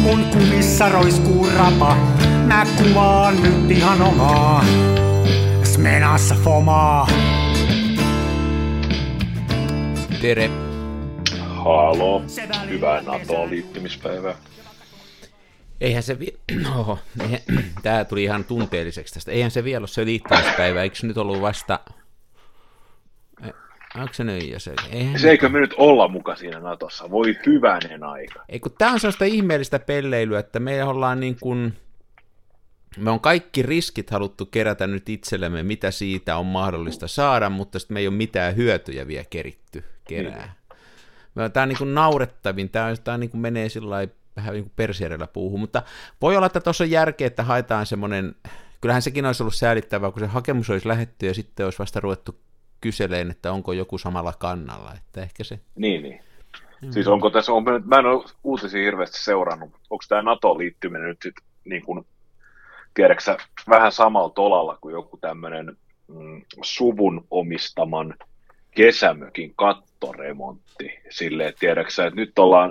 Mun kumissa roiskuu rapa, mä kuvaan nyt ihan omaa Smenassa fomaa. Tere. Halo, hyvää NATOon liittymispäivää. Eihän se tää tuli ihan tunteelliseksi tästä. Eihän se vielä ole se liittymispäivä, eikö se nyt ollut vasta... Onko se nyt jo se? Eikö me nyt olla muka siinä Natossa? Voi hyvänen aika. Ei, kun tää on sellaista ihmeellistä pelleilyä, että me ollaan niin kuin... Me on kaikki riskit haluttu kerätä nyt itsellemme, mitä siitä on mahdollista saada, mutta sitten me ei ole mitään hyötyjä vielä keritty kerää. Tämä on niin kuin naurettavin, tämä niin kuin menee sillä lailla vähän niin kuin persierällä puuhun, mutta voi olla, että tuossa on järkeä, että haetaan semmoinen, kyllähän sekin olisi ollut säälittävää, kun se hakemus olisi lähetty ja sitten olisi vasta ruvettu kyseleen, että onko joku samalla kannalla, että ehkä se... Niin. Siis onko tässä, mä en ole uutisia hirveästi seurannut, onko tämä NATO-liittyminen nyt sitten niin kuin, tiedätkö vähän samalla tolalla kuin joku tämmöinen suvun omistaman kesämökin kattoremontti, silleen, tiedätkö että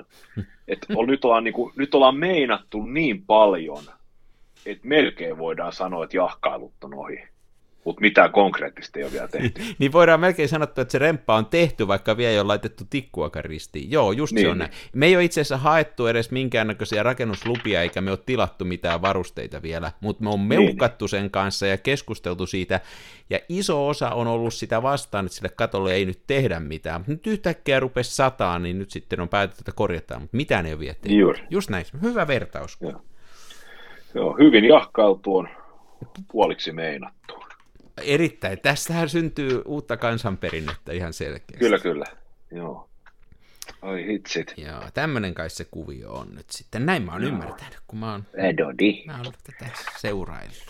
nyt ollaan meinattu niin paljon, että melkein voidaan sanoa, että jahkailut on ohi, mutta mitään konkreettista ei ole vielä tehty. Niin voidaan melkein sanoa, että se remppa on tehty, vaikka vielä ei ole laitettu tikkuakaan ristiin. Joo, just niin, se on näin. Me ei ole itse asiassa haettu edes minkäännäköisiä rakennuslupia, eikä me ole tilattu mitään varusteita vielä, mutta me on meuhkattu sen kanssa ja keskusteltu siitä, ja iso osa on ollut sitä vastaan, että sille katolle ei nyt tehdä mitään. Nyt yhtäkkiä rupesi sataa, niin nyt sitten on päätetty, että korjataan, mutta mitään ei ole vielä tehty. Just näin, hyvä vertaus. Joo, hyvin jahkailtu on puoliksi meinattu. Erittäin. Tästähän syntyy uutta kansanperinnettä ihan selkeästi. Kyllä. Joo. Ai hitsit. Joo, tämmönen kai se kuvio on nyt sitten. Näin mä oon ymmärtänyt, kun mä oon ollut tätä seuraillut.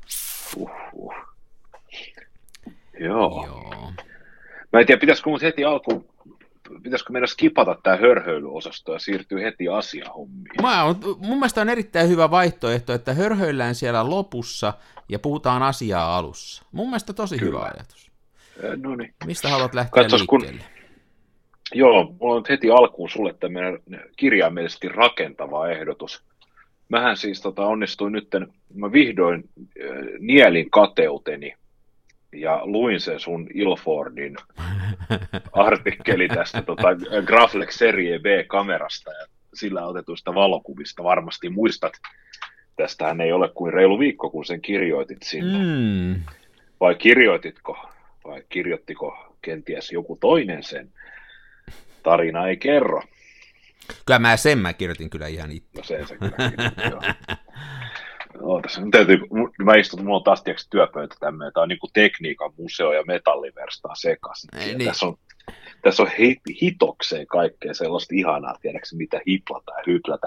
Joo. Mä en tiedä, pitäisikö meidän skipata tää hörhöilyosasto ja siirtyä heti asiahommiin? Mun mielestä on erittäin hyvä vaihtoehto, että hörhöillään siellä lopussa ja puhutaan asiaa alussa. Mun mielestä tosi hyvä ajatus. Noniin. Mistä haluat lähteä liikkeelle? Joo, mulla on heti alkuun sulle tämmöinen kirjaimellisesti rakentava ehdotus. Mähän siis onnistuin mä vihdoin nielin kateuteni ja luin sen sun Ilfordin artikkeli tästä Graflex Serie B-kamerasta ja sillä otetuista valokuvista. Varmasti muistat, tästähän ei ole kuin reilu viikko, kun sen kirjoitit sinne. Vai kirjoititko, vai kirjoittiko kenties joku toinen sen? Tarina ei kerro. Kyllä mä kirjoitin kyllä ihan itse. No sen kyllä kirjoitin, joo. Mulla on taas työpöytä tämmöinen, tämä on niin kuin tekniikan museo ja metalliverstaan sekaisin. Niin. Tässä on hitokseen kaikkea sellaista ihanaa, tiedätkö mitä hiplata ja hyplätä.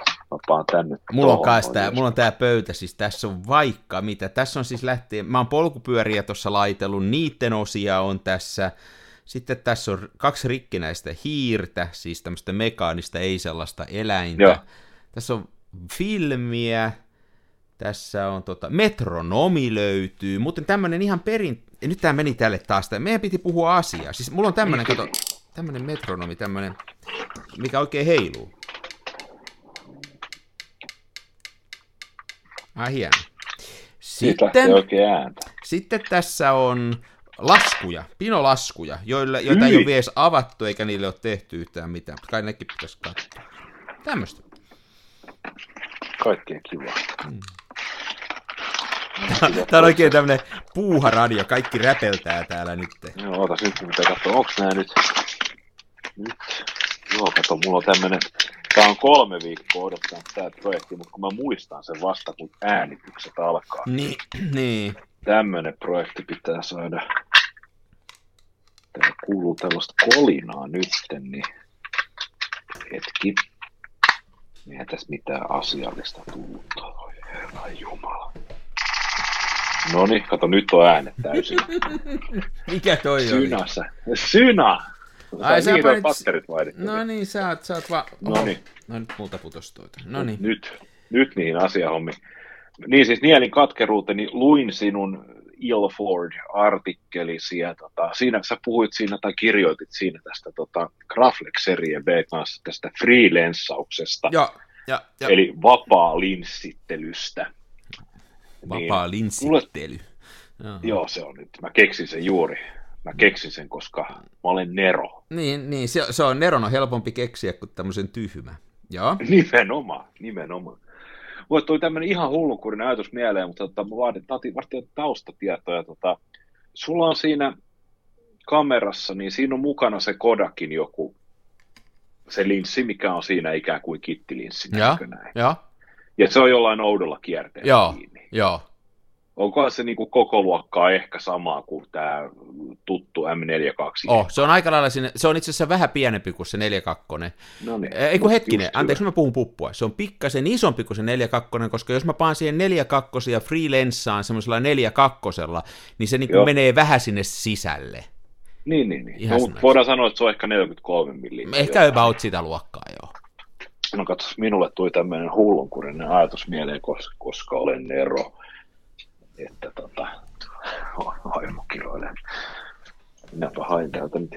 Mulla on tää pöytä, siis tässä on vaikka mitä. Tässä on siis mä oon polkupyöriä tuossa laitellut, niitten osia on tässä. Sitten tässä on 2 rikkinäistä hiirtä, siis tämmöistä mekaanista, ei sellaista eläintä. Joo. Tässä on filmiä. Tässä on metronomi löytyy, muuten tämmönen ihan nyt tää meni tälle taas, meidän piti puhua asiaa, siis mulla on tämmönen, tämmönen metronomi, tämmönen, mikä oikein heiluu. Hieno. Sitten tässä on pinolaskuja, joita ei ole vielä edes avattu, eikä niille ole tehty yhtään mitään, mutta kai nekin pitäisi katsoa. Tämmöistä. Kaikkea kivaa. Tää on oikein tämmönen puuharadio, kaikki räpeltää täällä nyt. Joo, otas nyt, mitä katsoa, onks nää nyt? Joo, kato, mulla on tämmönen, tää on 3 viikkoa odottanut tää projekti, mutta kun mä muistan sen vasta, kun äänitykset alkaa. Niin. Tämmönen projekti pitää saada. Tää kuuluu tällaista kolinaa nytten, niin hetki. Eihän tässä mitään asiallista tullut. Herra Jumala. Noniin, kato, nyt on äänet täysin. Mikä toi Synässä. Syna! Ai sä panit... patterit vaihdettu. No niin, sä oot vaan... Noniin. No nyt multa putos toita. Noniin. Nyt niihin asiahommiin. Niin siis nielin katkeruuteni, luin sinun Ilford-artikkelisi ja siinä sä puhuit siinä tai kirjoitit siinä tästä Graflex Serie B kanssa tästä freelancauksesta. Ja. Eli vapaa linssittelystä. Vapaa linssittely. Joo, se on nyt. Mä keksin sen juuri. Mä keksin sen, koska mä olen Nero. Niin se on Neron on helpompi keksiä kuin tämmöisen tyhmä. Joo. Nimenomaan. Mulle tuli tämmöinen ihan hullunkurinen ajatus mieleen, mutta mä vaatin taustatietoja. Sulla on siinä kamerassa, niin siinä on mukana se Kodakin joku, se linssi, mikä on siinä ikään kuin kittilinssi. Joo. Ja se on jollain oudolla kierteellä kiinni. Joo. Onkohan se niin kuin koko luokkaa ehkä samaa kuin tämä tuttu M42? Se on aika lailla sinne, se on itse asiassa vähän pienempi kuin se 42. No niin. Ei kun hetkinen, anteeksi mä puhun puppua. Se on pikkasen isompi kuin se 42, koska jos mä paan siihen 42 ja freelancaan semmoisella 42, niin se niin kuin menee vähän sinne sisälle. Niin. No, mutta voidaan sanoa, että se on ehkä 43 mm. Ehkä about sitä luokkaa, joo. No katsos, minulle tuli tämmöinen hullunkurinen ajatus mieleen, koska olen Nero. Että vaimo kiroilee. Minäpä hain täältä nyt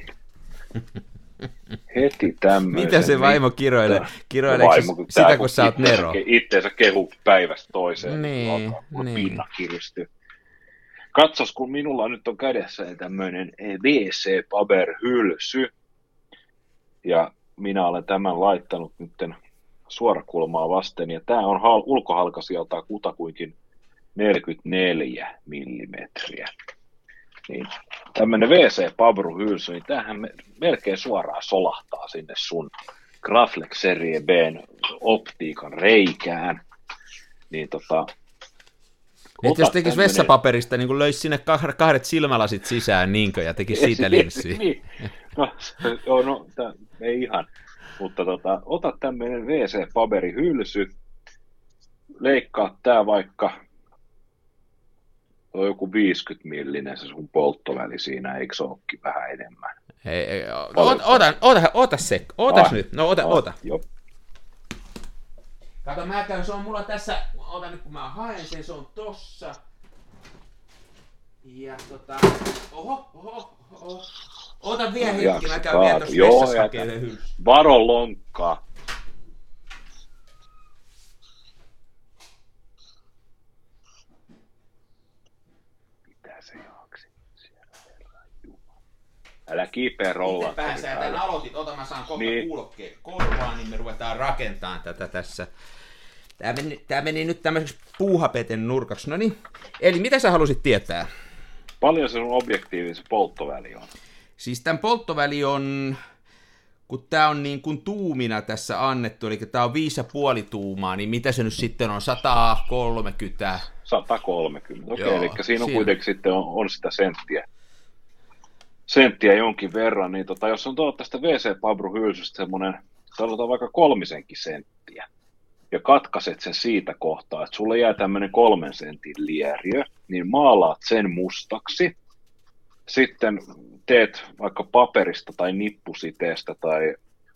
heti tämmöisen. Mitä se vaimo kiroilee? Kiroileeko sitä, kun sä oot Nero? Itteensä kehu päivästä toiseen. Niin. Pinna kiristyy. Katsos, kun minulla nyt on kädessä tämmöinen WC Paper-hylsy. Ja minä olen tämän laittanut nyt suorakulmaa vasten. Ja tämä on ulkohalkasijaltaan kutakuinkin 44 millimetriä. Niin, tämmöinen WC Pabru-hylsy, niin tämähän melkein suoraan solahtaa sinne sun Graflex Serie B:n optiikan reikään. Niin niin jos tekisi vessapaperista, niin kun löisi sinne kahdet silmälasit sisään niinkö, ja tekisi siitä linssiä. Niin. Ei ihan. Mutta ota tämmöinen WC-paperihylsy, leikkaa tää vaikka on joku 50 millinen se sun polttoväli siinä, eikö se olekin vähän enemmän? Otas nyt. No ota. Joo. Kato, se on mulla tässä, ota nyt kun mä haen sen, se on tossa. Ja oho. Ota vielä hetki, mä käyn vielä tossa vessassa hakemaan hylsy. Varo lonkkaa. Älä kiipeä rollaa. Mitenpähän sä tän aloitit? Ota, mä saan kohta kuulokkeen korvaan, niin me ruvetaan rakentamaan tätä tässä. Tää meni nyt tämmöiseksi puuhapeten nurkaksi. No niin. Eli mitä sä halusit tietää? Paljon se sun objektiivisen polttoväli on? Siis tämän polttoväli on, kun tää on niin kuin tuumina tässä annettu, eli tää on 5,5 tuumaa, niin mitä se nyt sitten on? 130? 130, okei, eli siinä on kuitenkin sitten on sitä senttiä jonkin verran, niin jos on tästä WC-Pabru-hylsystä semmoinen, sanotaan vaikka 3 senttiä, ja katkaiset sen siitä kohtaa, että sulle jää tämmöinen 3 sentin lieriö, niin maalaat sen mustaksi, sitten teet vaikka paperista tai nippusiteestä tai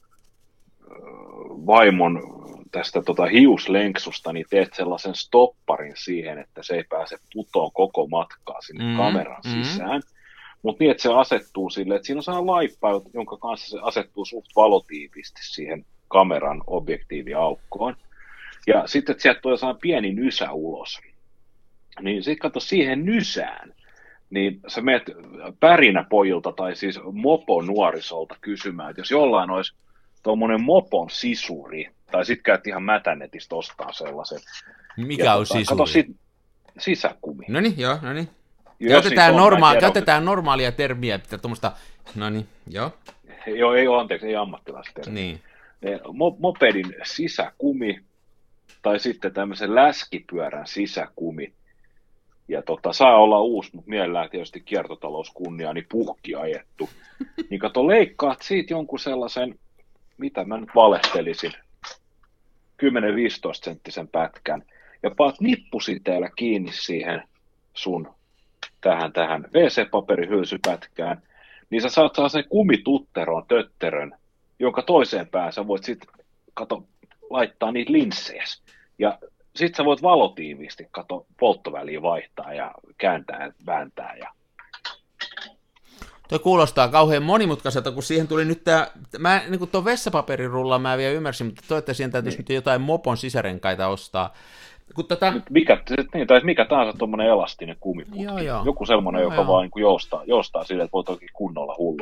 vaimon tästä hiuslenksusta, niin teet sellaisen stopparin siihen, että se ei pääse putoon koko matkaa sinne kameran sisään. Mutta niin, että se asettuu silleen, että siinä on sellainen laippa, jonka kanssa se asettuu suht valotiivisti siihen kameran objektiiviaukkoon. Ja sitten, että sieltä tulee sellainen pieni nysä ulos. Niin sitten kato siihen nysään, niin sä menet pärinäpojilta tai siis moponuorisolta kysymään, että jos jollain olisi tuommoinen mopon sisuri, tai sitten käyt ihan mätänetistä ostaa sellaisen. Mikä on sisuri? Kato sisäkumi. No niin. Käytetään normaalia termiä, pitää tuommoista, no niin, joo. Joo, ei ammattilaistermiä. Niin. Mopedin sisäkumi, tai sitten tämmöisen läskipyörän sisäkumi. Ja saa olla uusi, mutta mielellään tietysti kiertotalous kunniaa, niin puhki ajettu. Niin kato, leikkaat siitä jonkun sellaisen, mitä mä nyt valehtelisin, 10-15 senttisen pätkän, ja paat nippusiteellä kiinni siihen sun tähän WC-paperihylsypätkään, niin sä saat sen kumitutteron tötterön, jonka toiseen päähän sä voit sitten, laittaa niitä linssejä. Ja sit sä voit valotiiviisti, polttoväliä vaihtaa ja kääntää ja vääntää. Toi kuulostaa kauhean monimutkaiselta, kun siihen tuli nyt tämä, mä niin kuin tuon vessapaperirullan mä vielä ymmärsin, mutta toi, että siihen täytyisi nyt jotain mopon sisärenkaita ostaa. Kun mikä tahansa tuommoinen elastinen kumiputki. Joo. Joku semmoinen, joka vaan niin joustaa sille, että voi toki kunnolla hullu.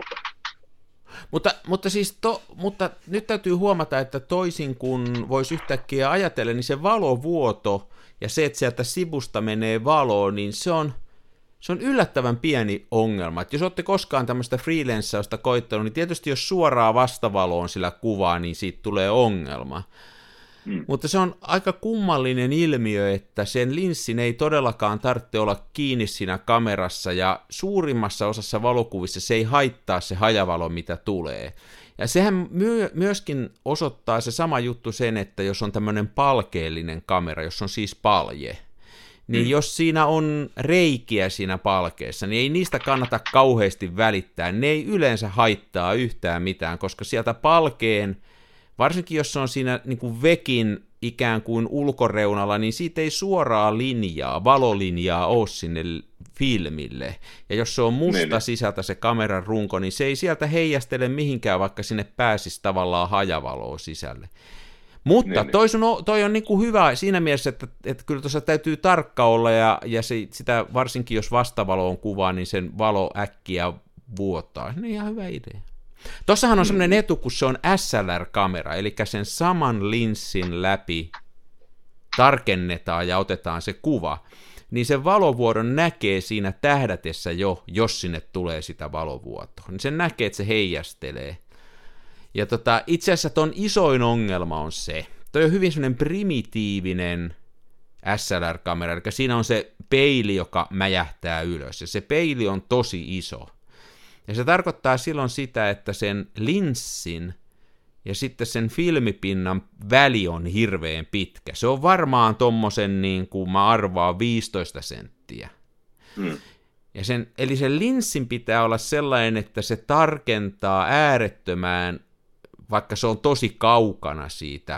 Mutta nyt täytyy huomata, että toisin kuin voisi yhtäkkiä ajatella, niin se valovuoto ja se, että sieltä sivusta menee valoon, niin se on yllättävän pieni ongelma. Et jos olette koskaan tämmöistä freelancausta koittanut, niin tietysti jos suoraa vastavaloon sillä kuvaa, niin siitä tulee ongelma. Mutta se on aika kummallinen ilmiö, että sen linssin ei todellakaan tarvitse olla kiinni siinä kamerassa, ja suurimmassa osassa valokuvissa se ei haittaa se hajavalo, mitä tulee. Ja sehän myöskin osoittaa se sama juttu sen, että jos on tämmöinen palkeellinen kamera, jos on siis palje, niin jos siinä on reikiä siinä palkeessa, niin ei niistä kannata kauheasti välittää. Ne ei yleensä haittaa yhtään mitään, koska sieltä palkeen, varsinkin jos se on siinä niin kuin vekin ikään kuin ulkoreunalla, niin siitä ei suoraa linjaa, valolinjaa ole sinne filmille. Ja jos se on musta sisältä se kameran runko, niin se ei sieltä heijastele mihinkään, vaikka sinne pääsisi tavallaan hajavaloa sisälle. Mutta toi on niin kuin hyvä siinä mielessä, että kyllä tuossa täytyy tarkka olla, ja sitä varsinkin jos vastavalo on kuvaa, niin sen valo äkkiä vuotaa. No ihan hyvä idea. Tossahan on semmoinen etu, kun se on SLR-kamera, eli sen saman linssin läpi tarkennetaan ja otetaan se kuva, niin sen valovuodon näkee siinä tähdätessä jo, jos sinne tulee sitä valovuotoa. Niin sen näkee, että se heijastelee. Ja itse asiassa ton isoin ongelma on se, toi on hyvin semmoinen primitiivinen SLR-kamera, eli siinä on se peili, joka mäjähtää ylös, ja se peili on tosi iso. Ja se tarkoittaa silloin sitä, että sen linssin ja sitten sen filmipinnan väli on hirveän pitkä. Se on varmaan tommosen, niin kuin mä arvaan, 15 senttiä. Ja eli sen linssin pitää olla sellainen, että se tarkentaa äärettömään, vaikka se on tosi kaukana siitä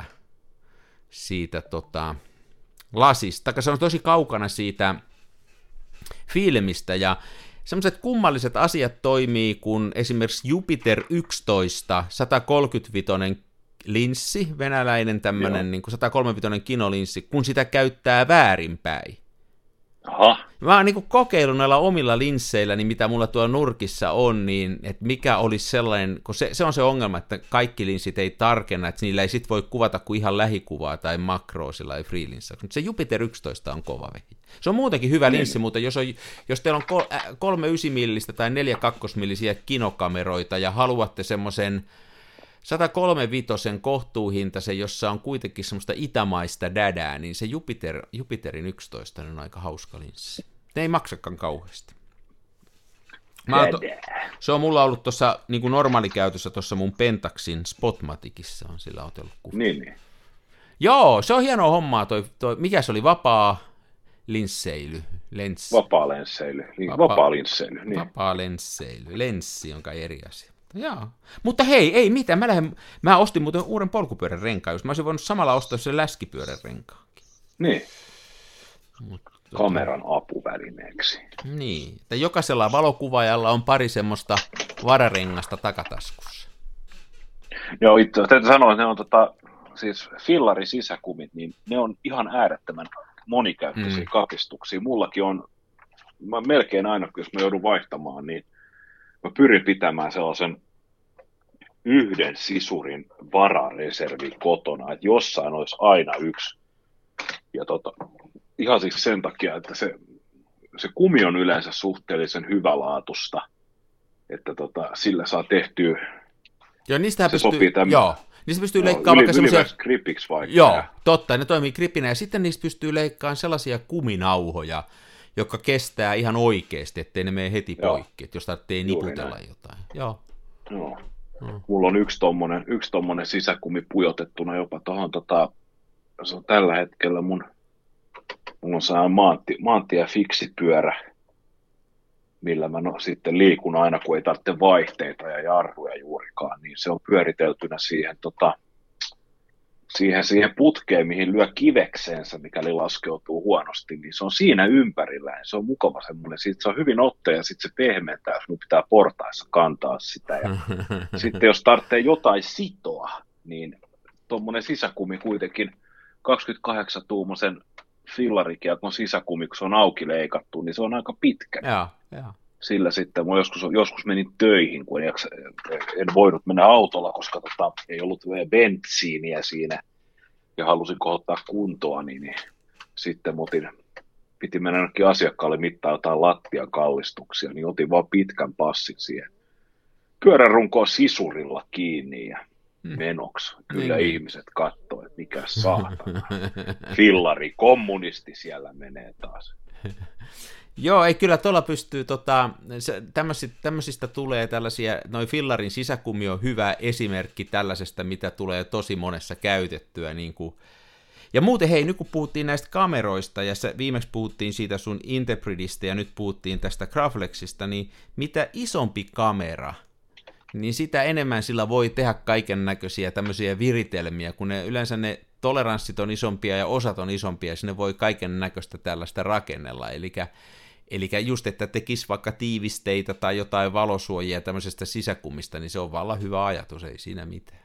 lasista, tai se on tosi kaukana siitä filmistä, ja sellaiset kummalliset asiat toimii, kun esimerkiksi Jupiter 11, 135 linssi, venäläinen tämmöinen niin kuin 135 kinolinssi, kun sitä käyttää väärinpäin. Aha. Mä oon niin kuin kokeillut näillä omilla linsseillä, niin mitä mulla tuolla nurkissa on, niin että mikä olisi sellainen, kun se on se ongelma, että kaikki linssit ei tarkenna, että niillä ei sit voi kuvata kuin ihan lähikuvaa tai makroa sillä ei freelinssa. Mutta se Jupiter 11 on kova vehi. Se on muutenkin hyvä linssi, mutta jos teillä on 3 9-millistä tai 4 2-millisiä kinokameroita ja haluatte semmoisen 135 kohtuuhintaisen, jossa on kuitenkin semmoista itämaista dädää, niin se Jupiterin 11 on aika hauska linssi. Ne ei maksakaan kauheasti. Se on mulla ollut tuossa niin kuin normaalikäytössä tuossa mun Pentaxin Spotmaticissa on sillä otellut kuva. Niin. Joo, se on hienoa hommaa mikä se oli, vapaa linsseily. Vapaa linsseily. Niin. Vapaa linsseily. Lenssi on kai eri asia. Jaa. Mutta hei, ei mitään. Mä ostin muuten uuden polkupyörän renkaan, jos mä olisin voinut samalla ostaa sen läskipyörän renkaankin. Niin. Kameran apuvälineeksi. Niin, että jokaisella valokuvaajalla on pari semmoista vararengasta takataskussa. Joo, itse täytyy sanoa, että ne on siis fillari-sisäkumit, niin ne on ihan äärettömän monikäyttöisiä kapistuksia. Mullakin on, melkein aina, jos mä joudun vaihtamaan, niin mä pyrin pitämään sellaisen yhden sisurin varareservi kotona, että jossain olisi aina yksi. Ja ihan siis sen takia, että se kumi on yleensä suhteellisen hyvälaatusta, että sillä saa tehtyä. Joo, niistähän pystyy leikkaamaan vaikka semmoisia. Gripiksi vaikka. Joo, totta, ne toimii gripinä, ja sitten niistä pystyy leikkaamaan sellaisia kuminauhoja, jotka kestää ihan oikeasti, ettei ne mene heti poikki, että jos tarvitsee niputella jotain. Joo. Mulla on yksi tommonen sisäkumi pujotettuna jopa tuohon, se on tällä hetkellä mulla on sellainen maantie fiksipyörä, millä mä sitten liikun aina, kun ei tarvitse vaihteita ja jarruja juurikaan, niin se on pyöriteltynä siihen siihen putkeen, mihin lyö kivekseensä, mikäli laskeutuu huonosti, niin se on siinä ympärillä, ja se on mukava semmoinen, siitä se on hyvin otteja, ja sitten se pehmentää, jos mun pitää portaissa kantaa sitä, ja sitten jos tarvitsee jotain sitoa, niin tuommoinen sisäkumi kuitenkin 28-tuumaisen fillarikiekon sisäkumi, kun se on auki leikattu, niin se on aika pitkä. Joo. Sillä sitten mä joskus menin töihin, kun en voinut mennä autolla, koska ei ollut bensiiniä siinä ja halusin kohottaa kuntoa, niin sitten piti mennä ainakin asiakkaalle mittaa jotain lattian kallistuksia, niin otin vaan pitkän passin siihen pyörän runkoon sisurilla kiinni ja menoksi. Kyllä niin. Ihmiset katsoo, että mikä saatana. Fillari, kommunisti siellä menee taas. Joo, ei kyllä tuolla pystyy, tämmöisistä tulee tällaisia, noin fillarin sisäkumi on hyvä esimerkki tällaisesta, mitä tulee tosi monessa käytettyä. Niin kuin. Ja muuten hei, nyt kun puhuttiin näistä kameroista, ja viimeksi puhuttiin siitä sun Interpridistä, ja nyt puhuttiin tästä Graflexista, niin mitä isompi kamera, niin sitä enemmän sillä voi tehdä kaiken näköisiä tämmöisiä viritelmiä, kun yleensä ne toleranssit on isompia ja osat on isompia, ja sinne voi kaiken näköistä tällaista rakennella, eli just, että tekisi vaikka tiivisteitä tai jotain valosuojia tämmöisestä sisäkumista, niin se on vallan hyvä ajatus, ei siinä mitään.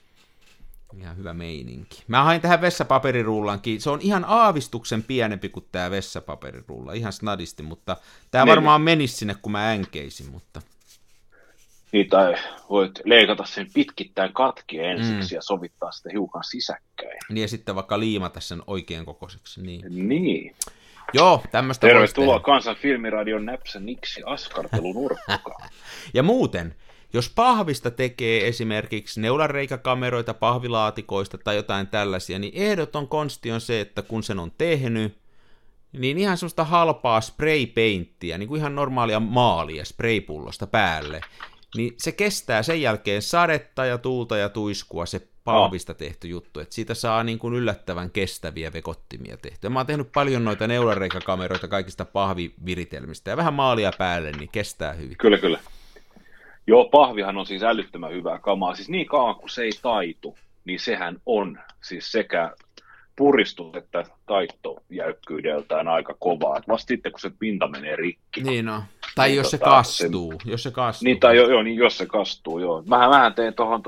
Ihan hyvä meininki. Mä hain tähän vessapaperirullankin, se on ihan aavistuksen pienempi kuin tää vessapaperirulla, ihan snadisti, mutta tää varmaan menisi sinne, kun mä änkeisin, mutta... Niin, tai voit leikata sen pitkittäin katki ensiksi ja sovittaa sitä hiukan sisäkkäin. Niin, ja sitten vaikka liimata sen oikean kokoiseksi. Niin. Joo, tämmöistä tervetuloa Kansan filmiradion näpsäniksi askartelunurkkaan. Ja muuten, jos pahvista tekee esimerkiksi neulareikäkameroita pahvilaatikoista tai jotain tällaisia, niin ehdoton konsti on se, että kun sen on tehnyt, niin ihan semmoista halpaa spray-painttia, niin kuin ihan normaalia maalia spraypullosta päälle, niin se kestää sen jälkeen sadetta ja tuulta ja tuiskua se pahvista tehty juttu, että siitä saa niin kuin yllättävän kestäviä vekottimia tehtyä. Mä oon tehnyt paljon noita neulareikäkameroita kaikista pahviviritelmistä ja vähän maalia päälle, niin kestää hyvin. Kyllä. Joo, pahvihan on siis älyttömän hyvää kamaa. Siis niin kauan kuin se ei taitu, niin sehän on siis sekä puristus että taittojäykkyydeltään aika kovaa. Et vasta sitten, kun se pinta menee rikki. Niin on. Tai niin jos se kastuu. Jos se kastuu. Niin, niin jos se kastuu, joo. Mähän tein tuohon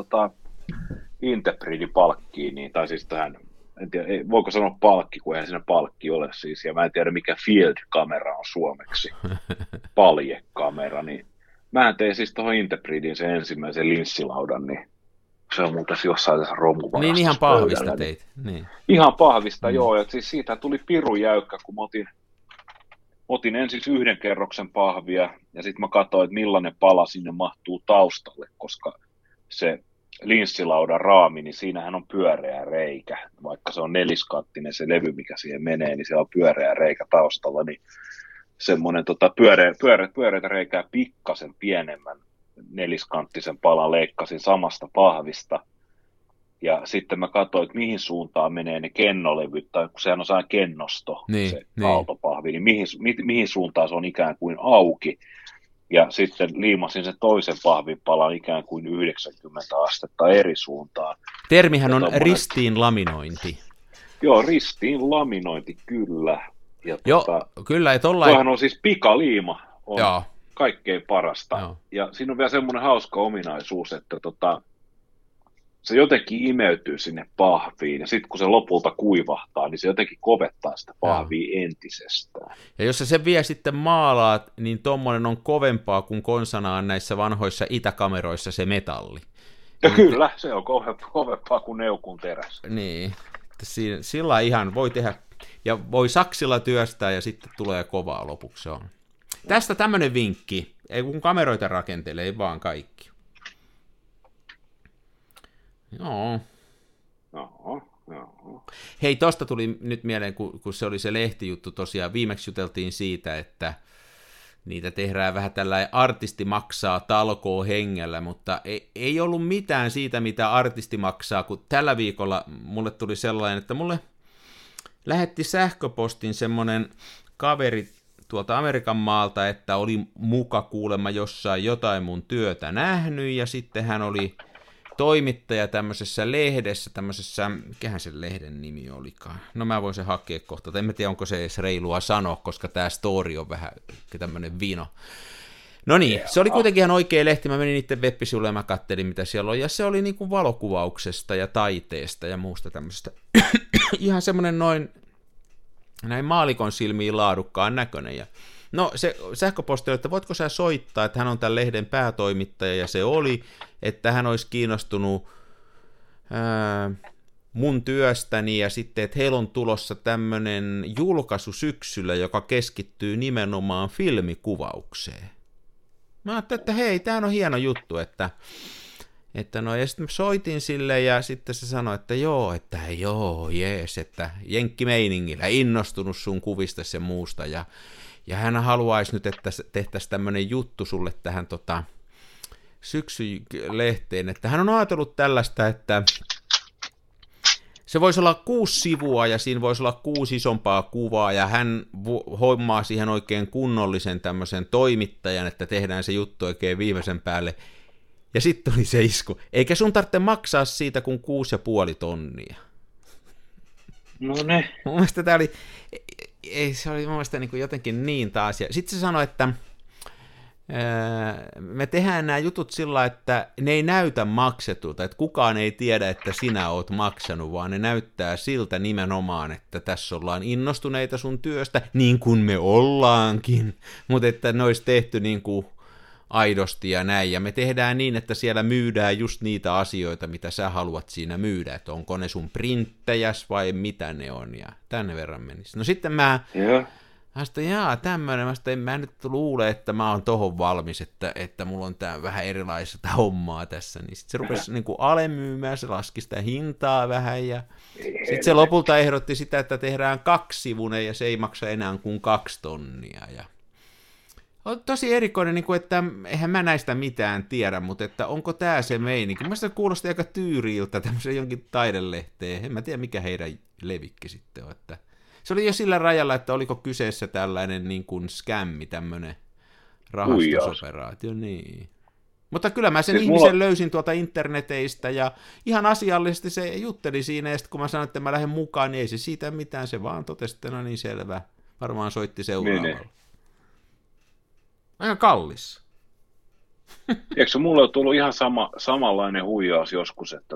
Interpridin palkkiin, niin, tai siis tähän, en tiedä, voiko sanoa palkki, kun eihän siinä palkki ole siis, ja mä en tiedä mikä field-kamera on suomeksi, paljekamera, niin mä tein siis tuohon Interpridin sen ensimmäisen linssilaudan, niin se on muuten jossain tässä romuvarastossa. Niin ihan pahvista teit. Niin. Ihan pahvista, joo, ja siis siitä tuli pirun jäykkä, kun mä otin ensin yhden kerroksen pahvia, ja sitten mä katsoin, että millainen pala sinne mahtuu taustalle, koska se linssilaudan raami, niin siinähän on pyöreä reikä, vaikka se on neliskanttinen se levy, mikä siihen menee, niin siellä on pyöreä reikä taustalla, niin semmoinen pyöreitä reikää pikkasen pienemmän neliskanttisen palan leikkasin samasta pahvista, ja sitten mä katsoin, että mihin suuntaan menee ne kennolevyt, tai kun sehän on sehän kennosto, se aaltopahvi, niin mihin suuntaan se on ikään kuin auki, ja sitten liimasin sen toisen pahvipalan ikään kuin 90 astetta eri suuntaan. Termihän on ristiinlaminointi. Joo, ristiinlaminointi, kyllä. Ja joo, kyllä. Tuohan on siis pikaliima, on joo. Kaikkein parasta. Joo. Ja siinä on vielä semmoinen hauska ominaisuus, että se jotenkin imeytyy sinne pahviin, ja sitten kun se lopulta kuivahtaa, niin se jotenkin kovettaa sitä pahvia entisestään. Ja jos sä sen vielä sitten maalaat, niin tommonen on kovempaa kuin konsanaan näissä vanhoissa itäkameroissa se metalli. Ja kyllä, se on kovempaa kuin neukun teräs. Niin, sillä ihan voi tehdä, ja voi saksilla työstää, ja sitten tulee kovaa lopuksi. On. Tästä tämmönen vinkki, ei kun kameroita rakentelee, ei vaan kaikki. Joo. Hei, tosta tuli nyt mieleen, kun se oli se lehtijuttu tosiaan, viimeksi juteltiin siitä, että niitä tehdään vähän tällainen artisti maksaa talkoo hengellä, mutta ei ollut mitään siitä, mitä artisti maksaa, kun tällä viikolla mulle tuli sellainen, että mulle lähetti sähköpostin semmoinen kaveri tuolta Amerikan maalta, että oli muka kuulemma jossain jotain mun työtä nähnyt, ja sitten hän oli toimittaja tämmöisessä lehdessä, mikähän sen lehden nimi olikaan. No mä voin sen hakea kohta, en mä tiedä onko se edes reilua sanoa, koska tämä story on vähän tämmöinen vino. No niin, se oli kuitenkin ihan oikea lehti, mä menin niiden web-sivuille ja mä kattelin mitä siellä on, ja se oli niin kuin valokuvauksesta ja taiteesta ja muusta tämmöisestä. Ihan semmoinen näin maalikon silmiin laadukkaan näköinen. Ja no se sähköposti oli, että voitko sä soittaa, että hän on tämän lehden päätoimittaja, ja se oli, että hän olisi kiinnostunut mun työstäni, ja sitten, että heillä on tulossa tämmöinen julkaisu syksyllä, joka keskittyy nimenomaan filmikuvaukseen. Mä ajattelin, että hei, tää on hieno juttu, että no, ja sitten soitin sille, ja sitten se sanoi, että jees, että jenkkimeiningillä, innostunut sun kuvista ja muusta, ja hän haluaisi nyt, että tehtäisiin tämmöinen juttu sulle tähän syksylehteen, että hän on ajatellut tällaista, että se voisi olla 6 sivua, ja siinä voisi olla 6 isompaa kuvaa, ja hän hommaa siihen oikein kunnollisen tämmöisen toimittajan, että tehdään se juttu oikein viimeisen päälle. Ja sitten oli se isku. Eikä sun tarvitse maksaa siitä kuin 6,5 tonnia. No ne. Mun mielestä tämä oli, se oli mun mielestä niin kuin jotenkin niin taas. Ja sitten se sanoi, että me tehdään nämä jutut sillä, että ne ei näytä maksetulta, että kukaan ei tiedä, että sinä oot maksanut, vaan ne näyttää siltä nimenomaan, että tässä ollaan innostuneita sun työstä, niin kuin me ollaankin, mutta että ne olisi tehty niin kuin aidosti ja näin, ja me tehdään niin, että siellä myydään just niitä asioita, mitä sä haluat siinä myydä, että onko ne sun printtejäs vai mitä ne on, ja tänne verran menisi. No sitten mä tämmöinen, mä nyt luule, että mä oon tohon valmis, että mulla on tää vähän erilaista hommaa tässä, niin sitten se rupesi niinku alemyymään, se laski sitä hintaa vähän, ja sitten se lopulta ehdotti sitä, että tehdään 2-sivunen, ja se ei maksa enää kuin 2 tonnia, ja on tosi erikoinen, niin kuin, että eihän mä näistä mitään tiedä, mutta että onko tämä se meininki. Mielestäni se kuulosti aika tyyriiltä tämmöisen jonkin taidelehteen. En mä tiedä, mikä heidän levikki sitten on. Että se oli jo sillä rajalla, että oliko kyseessä tällainen niin kuin skämmi, tämmöinen rahastusoperaatio. Niin. Mutta kyllä mä sen ihmisen löysin tuolta interneteistä ja ihan asiallisesti se jutteli siinä. Ja sitten kun mä sanoin, että mä lähden mukaan, niin ei se siitä mitään. Se vaan totesi, että no niin selvä. Varmaan soitti seuraavalla. Aika kallis. Eikö mulle ole tullut ihan samanlainen huijaus joskus, että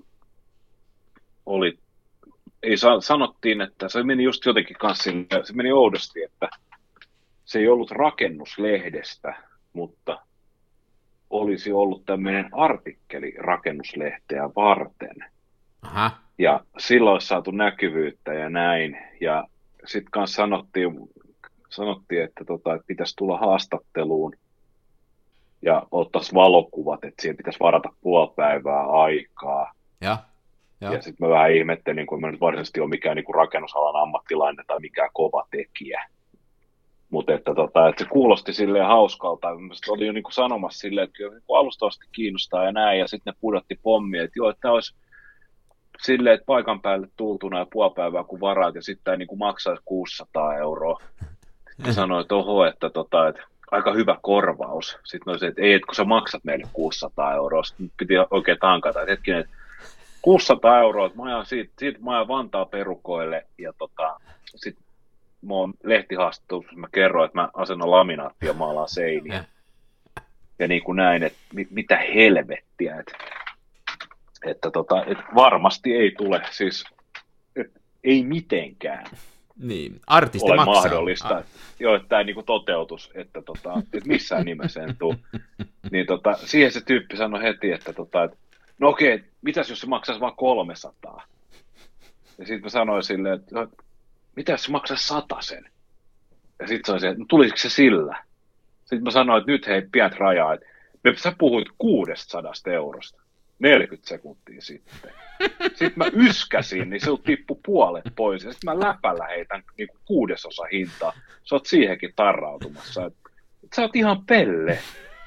sanottiin, että se meni just jotenkin kanssa, se meni oudosti, että se ei ollut rakennuslehdestä, mutta olisi ollut tämmöinen artikkeli rakennuslehteä varten. Aha. Ja silloin olisi saatu näkyvyyttä ja näin, ja sitten kanssa sanottiin, että pitäisi tulla haastatteluun ja ottaisi valokuvat, että siihen pitäisi varata puoli päivää aikaa. Ja sitten mä vähän ihmettelin, kun mä nyt varsinaisesti ole mikään niin rakennusalan ammattilainen tai mikään kova tekijä. Mutta että se kuulosti silleen hauskalta. Mielestäni oli jo niin sanomassa silleen, että kyllä alustavasti kiinnostaa ja näin. Ja sitten ne pudotti pommia, että joo, että tämä olisi silleen, että paikan päälle tultuna ja puoli päivää kun varaat ja sitten tämä niin maksaisi 600 €. Sitten sanoin, että oho, että aika hyvä korvaus. Sitten oli se, että ei, että kun sä maksat meille 600 €, sitten piti oikein tankata. Että hetkinen, 600 €, että mä ajan siitä mä ajan Vantaa perukoille ja sitten mä oon lehtihaastattelussa, mä kerroin, että mä asennan laminaattia ja maalaan seiniä. Ja niin kuin näin, että mitä helvettiä, että varmasti ei tule, siis ei mitenkään. Niin, artisti ole maksaa. Mahdollista. Joo, että tämä niinku toteutus, että missään nimessä en tule. Niin siihen se tyyppi sanoi heti, että no okei, mitäs jos se maksaisi vaan 300? Ja sitten mä sanoin silleen, että mitäs se maksaisi 100 €? Ja sitten se oli se, että no tulisiko se sillä? Sitten mä sanoin, että nyt hei, pientä rajaa, että sä puhuit 600 €. 40 sekuntia sitten. Sitten mä yskäsin, niin se tippui puolet pois. Ja sitten mä läpällä heitän niin 1/6 hintaa. Sä oot siihenkin tarrautumassa. Et sä oot ihan pelle.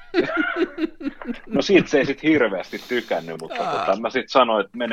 No siitä se ei sitten hirveästi tykännyt, mutta mä sitten sanoin, että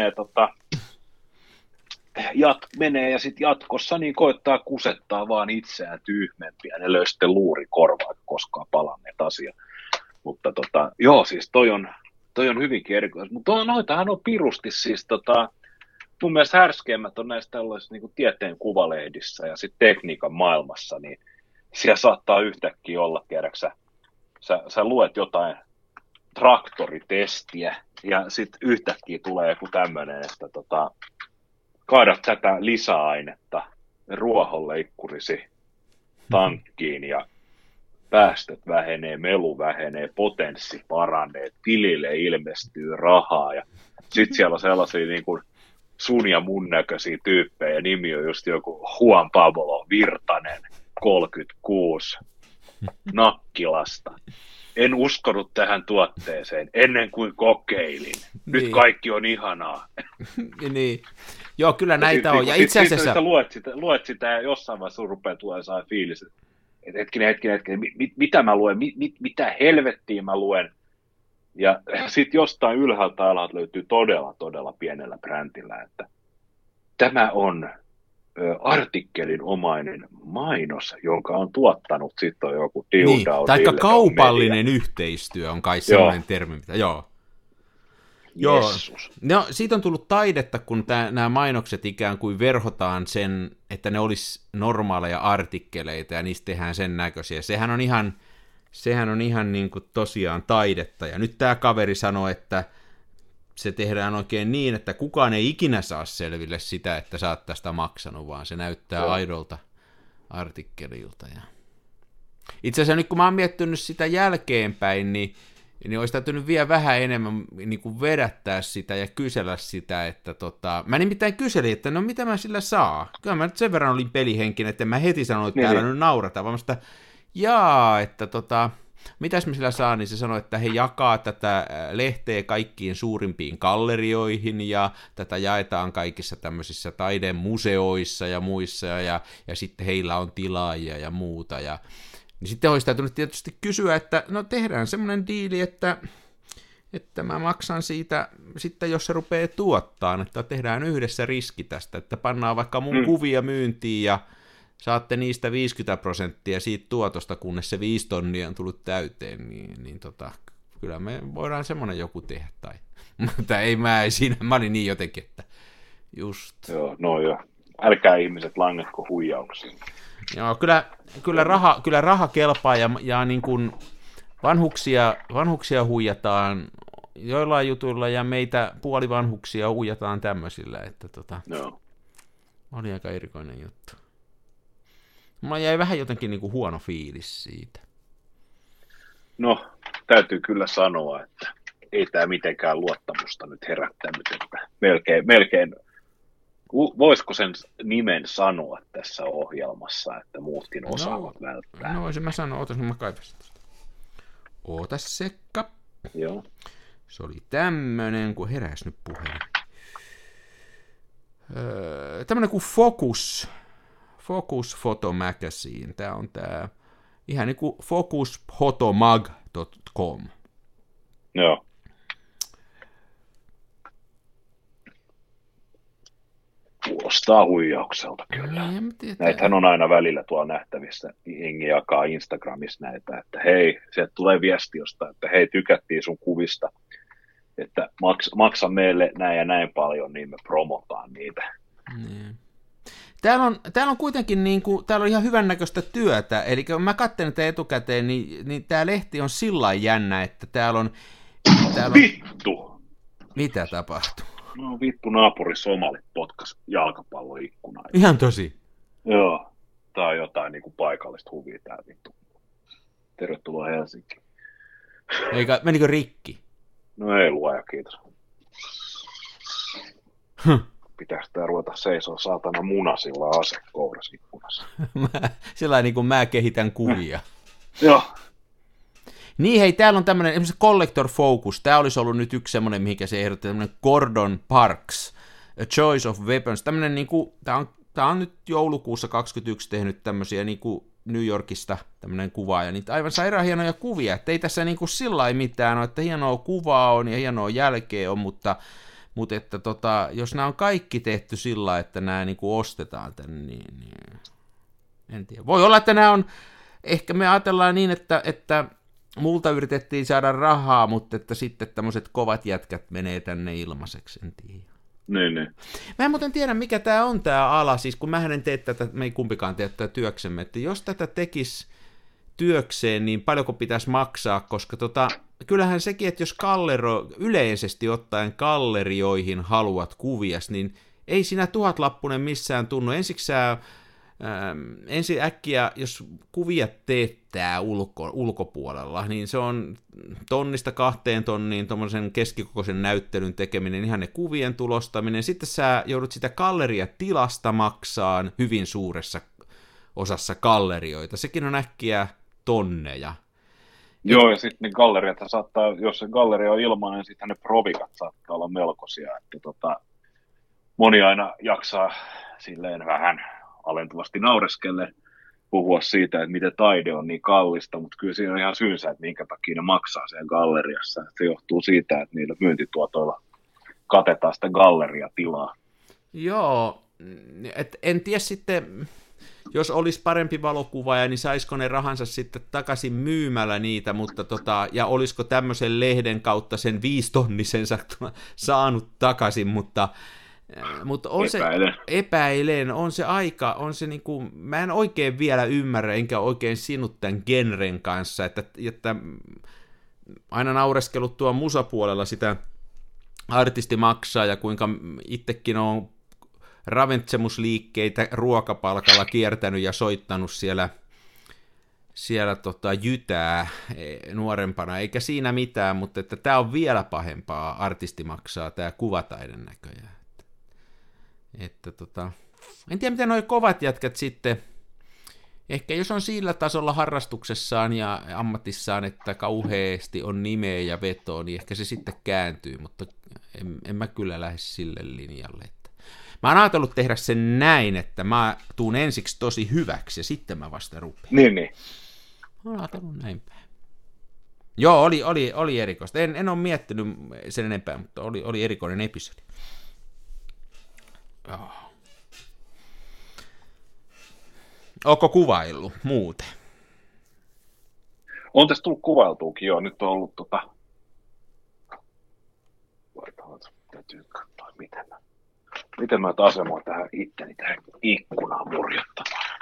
menee ja sitten jatkossa niin koittaa kusettaa vaan itseään tyhmempiä. Ne löi sitten luurikorvaa, koskaan palanneet asia. Mutta joo, siis toi on toi on hyvinkin erikoista. Mutta noitahan on pirusti siis mun mielestä härskeimmät on näissä tällaisissa niin kuin tieteen kuvalehdissä ja sitten tekniikan maailmassa, niin siellä saattaa yhtäkkiä olla, tiedäksä, sä luet jotain traktoritestiä ja sitten yhtäkkiä tulee joku tämmöinen, että kaadat tätä lisäainetta ruohonleikkurisi tankkiin ja päästöt vähenee, melu vähenee, potenssi paranee, tilille ilmestyy rahaa ja sitten siellä on sellaisia niin kuin sun ja mun näköisiä tyyppejä, nimi on just joku Juan Pablo Virtanen, 36, Nakkilasta. En uskonut tähän tuotteeseen ennen kuin kokeilin. Nyt Niin. kaikki on ihanaa. Niin. Joo, kyllä näitä on. Ja itse asiassa... Luet sitä ja jossain vaiheessa rupeaa tulee saa fiilis, että hetkinen, mitä mä luen, mitä helvettiä mä luen. Ja sitten jostain ylhäältä alhaalta löytyy todella pienellä brändillä, että tämä on artikkelinomainen mainos, jonka on tuottanut sitten joku Niin, taikka kaupallinen yhteistyö on kai sellainen termi, mitä, joo. No, siitä on tullut taidetta, kun nämä mainokset ikään kuin verhotaan sen, että ne olisi normaaleja artikkeleita ja niistä tehdään sen näköisiä. Sehän on ihan niin kuin tosiaan taidetta. Ja nyt tämä kaveri sanoi, että se tehdään oikein niin, että kukaan ei ikinä saa selville sitä, että sä oot tästä maksanut, vaan se näyttää aidolta artikkelilta. Ja... Itse asiassa nyt kun mä oon miettinyt sitä jälkeenpäin, niin olisi täytynyt vielä vähän enemmän niin kuin vedättää sitä ja kysellä sitä, että mä nimittäin kyselin, että no mitä mä sillä saa. Kyllä mä nyt sen verran olin pelihenkinen, että en mä heti sanonut, että täällä nyt naurata, vaan sitä, että mitäs mä sillä saa, niin se sanoi, että he jakaa tätä lehteä kaikkiin suurimpiin gallerioihin ja tätä jaetaan kaikissa tämmöisissä taidemuseoissa ja muissa ja sitten heillä on tilaajia ja muuta niin sitten olisi täytynyt tietysti kysyä, että no tehdään semmoinen diili, että mä maksan siitä sitten, jos se rupeaa tuottaa, että tehdään yhdessä riski tästä, että pannaan vaikka mun kuvia myyntiin ja saatte niistä 50% siitä tuotosta, kunnes se 5 tonnia on tullut täyteen, niin kyllä me voidaan semmoinen joku tehdä. Mutta ei mä olin niin jotenkin, että just. Joo. Älkää ihmiset langetko huijauksiin. Joo, kyllä raha kelpaa ja niin kuin vanhuksia huijataan joillain jutuilla ja meitä puolivanhuksia huijataan tämmöisillä, että oli aika erikoinen juttu. Mulla jäi vähän jotenkin niin kuin huono fiilis siitä. No, täytyy kyllä sanoa, että ei tämä mitenkään luottamusta nyt herättänyt, että melkein voisiko sen nimen sanoa tässä ohjelmassa, että muutkin osaavat välttää? No voisin mä sanoa, ootas mä kaipasin tästä. Ootas Sekka. Joo. Se oli tämmönen, kun heräs nyt puheen. Tämmönen kuin Focus Photo Magazine. Tää on tää ihan niinku focusphotomag.com. Joo. Kuulostaa huijaukselta kyllä. Näitähän on aina välillä tuolla nähtävissä. Jengi jakaa Instagramissa näitä, että hei, sieltä tulee viesti jostain, että hei, tykättiin sun kuvista, että maksa meille näin ja näin paljon, niin me promotaan niitä. Niin. Täällä on kuitenkin niinku, täällä on ihan hyvännäköistä työtä, eli kun mä katselin tätä etukäteen, niin tää lehti on sillain jännä, että täällä on... Vittu! Mitä tapahtuu? No vittu, naapuri somalit potkas jalkapalloikkunaa. Ihan tosi? Joo, tää on jotain niinku paikallista huvia tää vittu. Tervetuloa Helsinkiin. Menikö rikki? No ei luoja, kiitos. Pitäis tää ruveta seisoo saatana munasilla asekouras ikkunassa. Sellainen niin kuin mä kehitän kuvia. Joo. Niin hei, täällä on tämmönen esimerkiksi Collector Focus. Tää olisi ollut nyt yksi semmonen, mihinkä se ehdotti, tämmönen Gordon Parks, A Choice of Weapons. Tämmönen niinku, tää on nyt joulukuussa 2021 tehnyt tämmösiä niinku New Yorkista tämmönen kuva, ja niitä aivan sairaan hienoja kuvia, että ei tässä niinku sillai mitään ole, että hienoa kuvaa on ja hienoa jälkeä on, mutta että jos nämä on kaikki tehty sillä, että nämä niinku ostetaan tänne, niin en tiedä. Voi olla, että nämä on, ehkä me ajatellaan niin, että multa yritettiin saada rahaa, mutta että sitten tämmöiset kovat jätkät menee tänne ilmaiseksi, en tiedä. Niin. Mä en muuten tiedä, mikä tää on tää ala, siis kun mähän en tee tätä, me ei kumpikaan tee tätä työksemme, että jos tätä tekisi työkseen, niin paljonko pitäisi maksaa, koska kyllähän sekin, että jos yleisesti ottaen gallerioihin haluat kuvias, niin ei siinä 1000-lappunen missään tunnu. Ensin äkkiä, jos kuvia teettää ulkopuolella, niin se on 1,000–2 tonniin tuommoisen keskikokoisen näyttelyn tekeminen, ihan ne kuvien tulostaminen. Sitten sä joudut sitä galleriatilasta maksaan hyvin suuressa osassa gallerioita. Sekin on äkkiä tonneja. Joo, ja sitten ne galleriat saattaa, jos se galleria on ilmainen, niin sitten ne provikat saattaa olla melkoisia, että moni aina jaksaa silleen vähän alentuvasti naureskelle puhua siitä, että miten taide on niin kallista, mutta kyllä siinä on ihan syynsä, että minkä takia ne maksaa siellä galleriassa. Se johtuu siitä, että niillä myyntituotoilla katetaan sitä galleriatilaa. Joo, en tiedä sitten, jos olisi parempi valokuvaaja, niin saisiko ne rahansa sitten takaisin myymällä niitä, mutta ja olisiko tämmöisen lehden kautta sen 5-tonnisensa saanut takaisin, mutta on epäilen, on se aika, on se niinku, mä en oikein vielä ymmärrä, enkä oikein sinut tämän genren kanssa, että aina naureskellut tuon musapuolella sitä artisti maksaa, ja kuinka itsekin on ravitsemusliikkeitä ruokapalkalla kiertänyt ja soittanut siellä jytää nuorempana, eikä siinä mitään, mutta että tämä on vielä pahempaa, artisti maksaa, tämä kuvataiden näköjään. En tiedä, miten nuo kovat jätkät sitten, ehkä jos on sillä tasolla harrastuksessaan ja ammatissaan, että kauheasti on nimeä ja vetoa, niin ehkä se sitten kääntyy, mutta en mä kyllä lähde sille linjalle. Mä oon ajatellut tehdä sen näin, että mä tuun ensiksi tosi hyväksi ja sitten mä vasta rupean. Niin. Mä oon ajatellut näin päin. Joo, oli erikoista. En ole miettinyt sen enempää, mutta oli erikoinen episodi. Joo. Ootko kuvaillut muuten? On tässä tullut kuvailtuukin, joo. Nyt on ollut täytyy katsoa, miten mä asemoin tähän itteni tähän ikkunaan murjottamaan.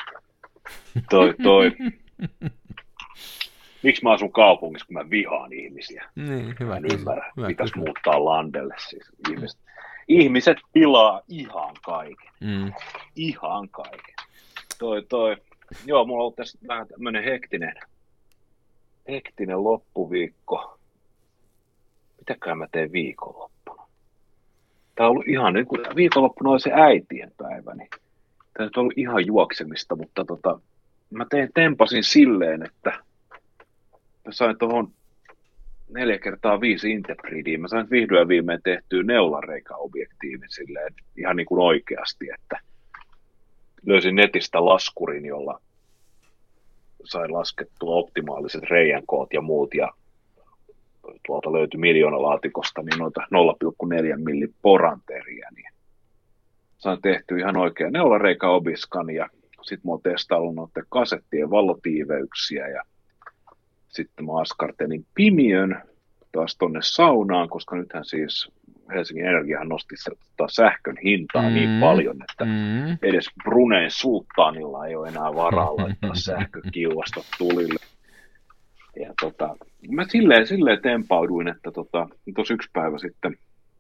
Miksi mä asun kaupungissa, kun mä vihaan ihmisiä? Niin, hyvä. En ymmärrä, pitäisi muuttaa landelle. Siis ihmiset pilaa ihan kaiken. Ihan kaiken. Joo, mulla on ollut tässä vähän tämmönen hektinen loppuviikko. Mitäkään mä teen viikonloppuna? Tää on ollut ihan, niin kun viikonloppuna oli se äitien päivä, niin tää nyt on ollut ihan juoksemista, mutta mä tempasin silleen, että mä sain tuohon 4x5 Interbridiin, mä sain vihdoin viimein tehtyä neulareikaobjektiivin silleen ihan niin kuin oikeasti, että löysin netistä laskurin, jolla sain laskettua optimaaliset reiänkoot ja muut, ja tuolta löytyi miljoonalaatikosta niin noita 0,4 millin poranteriä, niin sain tehtyä ihan oikein neulareikaobiskan, ja sitten mä oon testaillut noiden kasettien valotiiveyksiä, ja sitten mä askartelin pimiön taas tonne saunaan, koska nythän siis Helsingin Energiahan nosti sähkön hintaa niin paljon, että edes Bruneen sulttaanilla ei ole enää varaa laittaa sähkökiuasta tulille. Ja mä silleen tempauduin, että tuossa yksi päivä sitten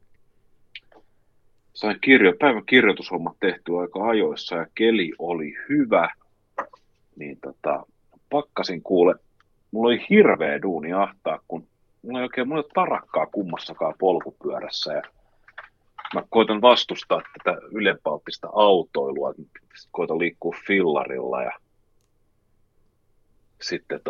sain päivän kirjoitushommat tehtyä aika ajoissa ja keli oli hyvä, niin pakkasin kuule. Mulla oli hirveä duuni ahtaa, kun mulla ei ole tarakkaa kummassakaan polkupyörässä. Ja mä koitan vastustaa tätä ylenpalttista autoilua, koitan liikkua fillarilla. Ja sitten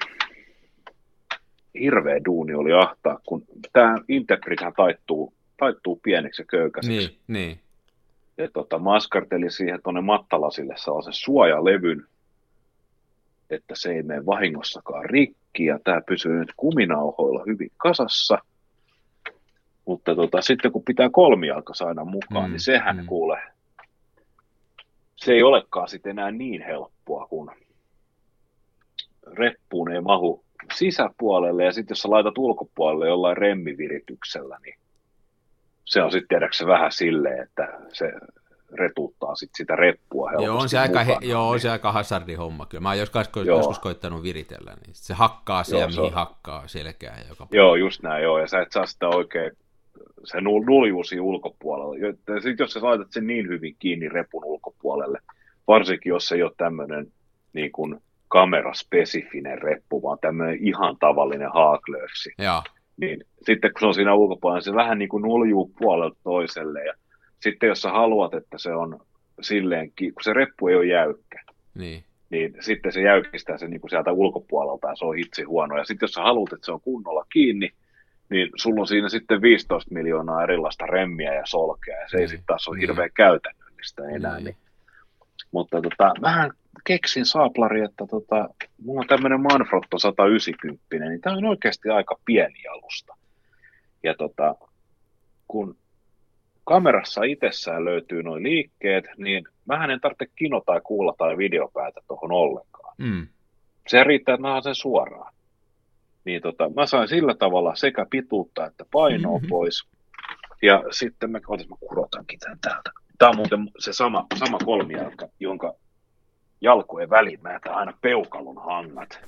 hirveä duuni oli ahtaa, kun tää Interbrihän taittuu pieneksi ja köykäiseksi. Niin. Ja mä askartelin siihen tuonne mattalasille sellaisen suojalevyn, että se ei mene vahingossakaan rikki, ja tämä pysyy nyt kuminauhoilla hyvin kasassa. Mutta sitten kun pitää kolmijalka saada mukaan, niin sehän kuule, se ei olekaan sitten enää niin helppoa, kun reppuun ei mahu sisäpuolelle ja sitten jos sä laitat ulkopuolelle jollain remmivirityksellä, niin se on sitten tiedäksä vähän silleen, että se retuuttaa sitä reppua helposti Joo, on se aika, mukana, on se aika hazardin homma kyllä. Mä oon joskus koittanut viritellä, niin se hakkaa siellä, mihin hakkaa selkää. Joo, just näin, joo, ja sä et saa sitä oikein, se nuljuus siinä ulkopuolella. Sitten jos sä laitat sen niin hyvin kiinni repun ulkopuolelle, varsinkin jos se ei ole tämmöinen niin kuin kameraspesifinen reppu, vaan tämmöinen ihan tavallinen haaklöfsi. Niin sitten kun se on siinä ulkopuolella, se vähän niin kuin nuljuu puolelta toiselle. Ja sitten jos sä haluat, että se on silleen, kun se reppu ei ole jäykkä, niin sitten se jäykistää sen niin kuin sieltä ulkopuolelta ja se on itse huono. Ja sitten jos sä haluat, että se on kunnolla kiinni, niin sulla on siinä sitten 15 miljoonaa erilaista remmiä ja solkea, ja se ei sitten taas ole hirveän käytännöllistä enää. Niin. Mutta mähän keksin saaplari, että mulla on tämmöinen Manfrotto 190, niin tämä on oikeasti aika pieni alusta. Ja kun kamerassa itsessään löytyy nuo liikkeet, niin mähän en tarvitse kino- tai kuulla tai videopäätä tuohon ollenkaan. Se riittää, että mä saan sen suoraan. Niin mä sain sillä tavalla sekä pituutta että painoa pois. Ja sitten mä kurotankin tämän täältä. Tämä on muuten se sama kolmijalka, jonka jalkojen väliin mä jätän aina peukalon hangat.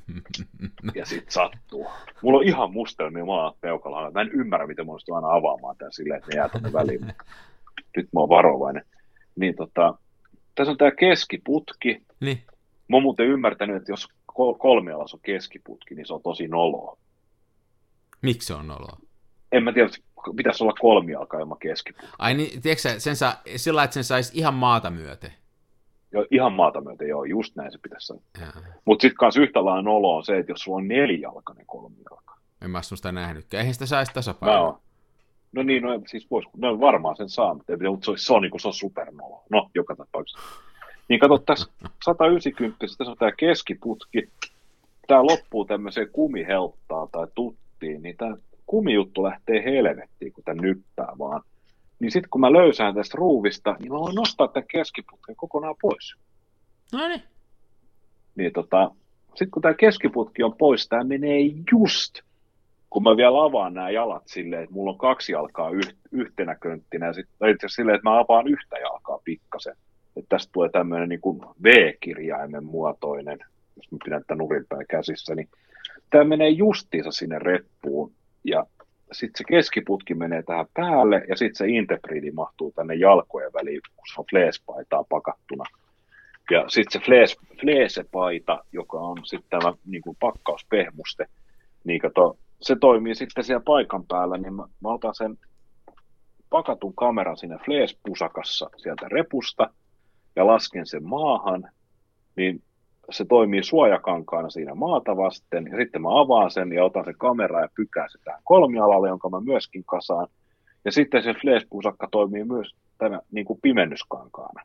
Ja sit sattuu. Mulla on ihan mustelmia peukalon hangat. Mä en ymmärrä, miten mä onnistu aina avaamaan tämän silleen, että ne jää tonne väliin. Nyt mä oon varovainen. Niin tässä on tää keskiputki. Niin. Mä oon muuten ymmärtänyt, että jos kolmialas on keskiputki, niin se on tosi noloa. Miksi se on noloa? En mä tiedä, pitäisi olla kolmijalka ilman keskiputki. Ai niin, tiedätkö sillä että sen saisi ihan maata myöten? Joo, ihan maata myöten, joo, just näin se pitäisi sanoa. Mutta sitten kanssa yhtä lailla noloa on se, että jos sulla on nelijalkainen kolmijalka. En mä sitä nähnytkään, eihän sitä saisi tasapainoa. No niin, siis varmaan sen saa, mutta se on supernolo. No, joka tapauksessa. Niin kato, tässä 190, tässä on tämä keskiputki, tämä loppuu tämmöiseen kumihelttaan tai tuttiin, niin tämä kumijuttu lähtee helvettiin, kun tämä nyppää vaan. Niin sitten kun mä löysään tästä ruuvista, niin mä voin nostaa tämän keskiputken kokonaan pois. No niin. Niin sitten kun tämä keskiputki on pois, tämä menee just, kun mä vielä avaan nämä jalat silleen, että mulla on 2 jalkaa yhtenä könttinä, ja sitten itse silleen, että mä avaan yhtä jalkaa pikkasen. Että tästä tulee tämmöinen niin kuin V-kirjaimen muotoinen, jos mä pidän tämän nurinpäin käsissä, niin tämä menee justiinsa sinne reppuun, ja sitten se keskiputki menee tähän päälle, ja sitten se interbridi mahtuu tänne jalkojen väliin, kun se on fleespaitaa pakattuna. Ja sitten se fleesepaita, joka on sitten tämä niin kuin pakkauspehmuste, niin se toimii sitten siellä paikan päällä, niin mä otan sen pakatun kameran siinä fleespusakassa sieltä repusta, ja lasken sen maahan, niin se toimii suojakankaana siinä maata vasten, ja sitten mä avaan sen ja otan sen kameraa ja pykään se tähän kolmialalle, jonka mä myöskin kasaan, ja sitten se fleespusakka toimii myös tämä niin kuin pimennyskankaana.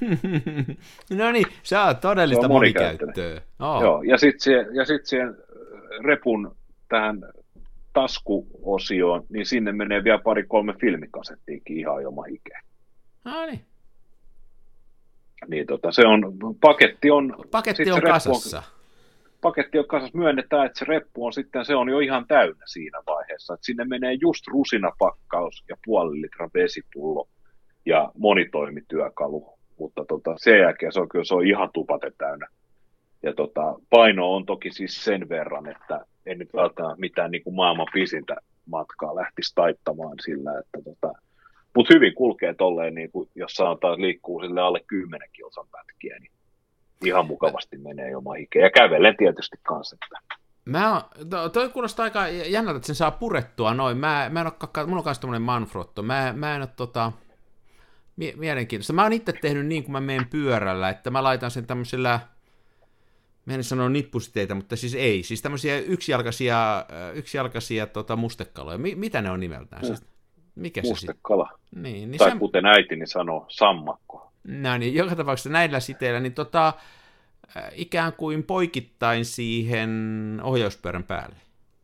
No niin, se on todellista monikäyttöä. Joo, ja sitten siihen repun tähän taskuosioon, niin sinne menee vielä 2-3 filmikasettiinkin ihan ilman hikeä. No niin. Niin se on, paketti on kasassa. Paketti on kasassa, myönnetään, että se reppu on sitten, se on jo ihan täynnä siinä vaiheessa, että sinne menee just rusinapakkaus ja 0,5 litran vesipullo ja monitoimityökalu, mutta sen jälkeen se on ihan tupate täynnä. Ja paino on toki siis sen verran, että en nyt välttämättä mitään niin kuin maailman pisintä matkaa lähtisi taittamaan sillä, että mutta hyvin kulkee tolleen, niin kuin, jos sanotaan, liikkuu sille alle 10 kilsan pätkiä, niin ihan mukavasti menee jo mahikeen. Ja kävelen tietysti kanssa. Toi kuulostaa aika jännältä, että sen saa purettua noin. Mä en ole, mulla on myös tommonen Manfrotto. Mä en ole mielenkiintoista. Mä oon itse tehnyt niin, kun mä menen pyörällä, että mä laitan sen tämmöisellä, mä en sano nippusiteitä, mutta siis ei. Siis tämmöisiä yksijalkaisia mustekaloja. Mitä ne on nimeltään? Siis, mikä mustekala. Se niin tai kuten äitini sanoo, sammakko. No niin, joka tapauksessa näillä siteillä, niin ikään kuin poikittain siihen ohjauspyörän päälle.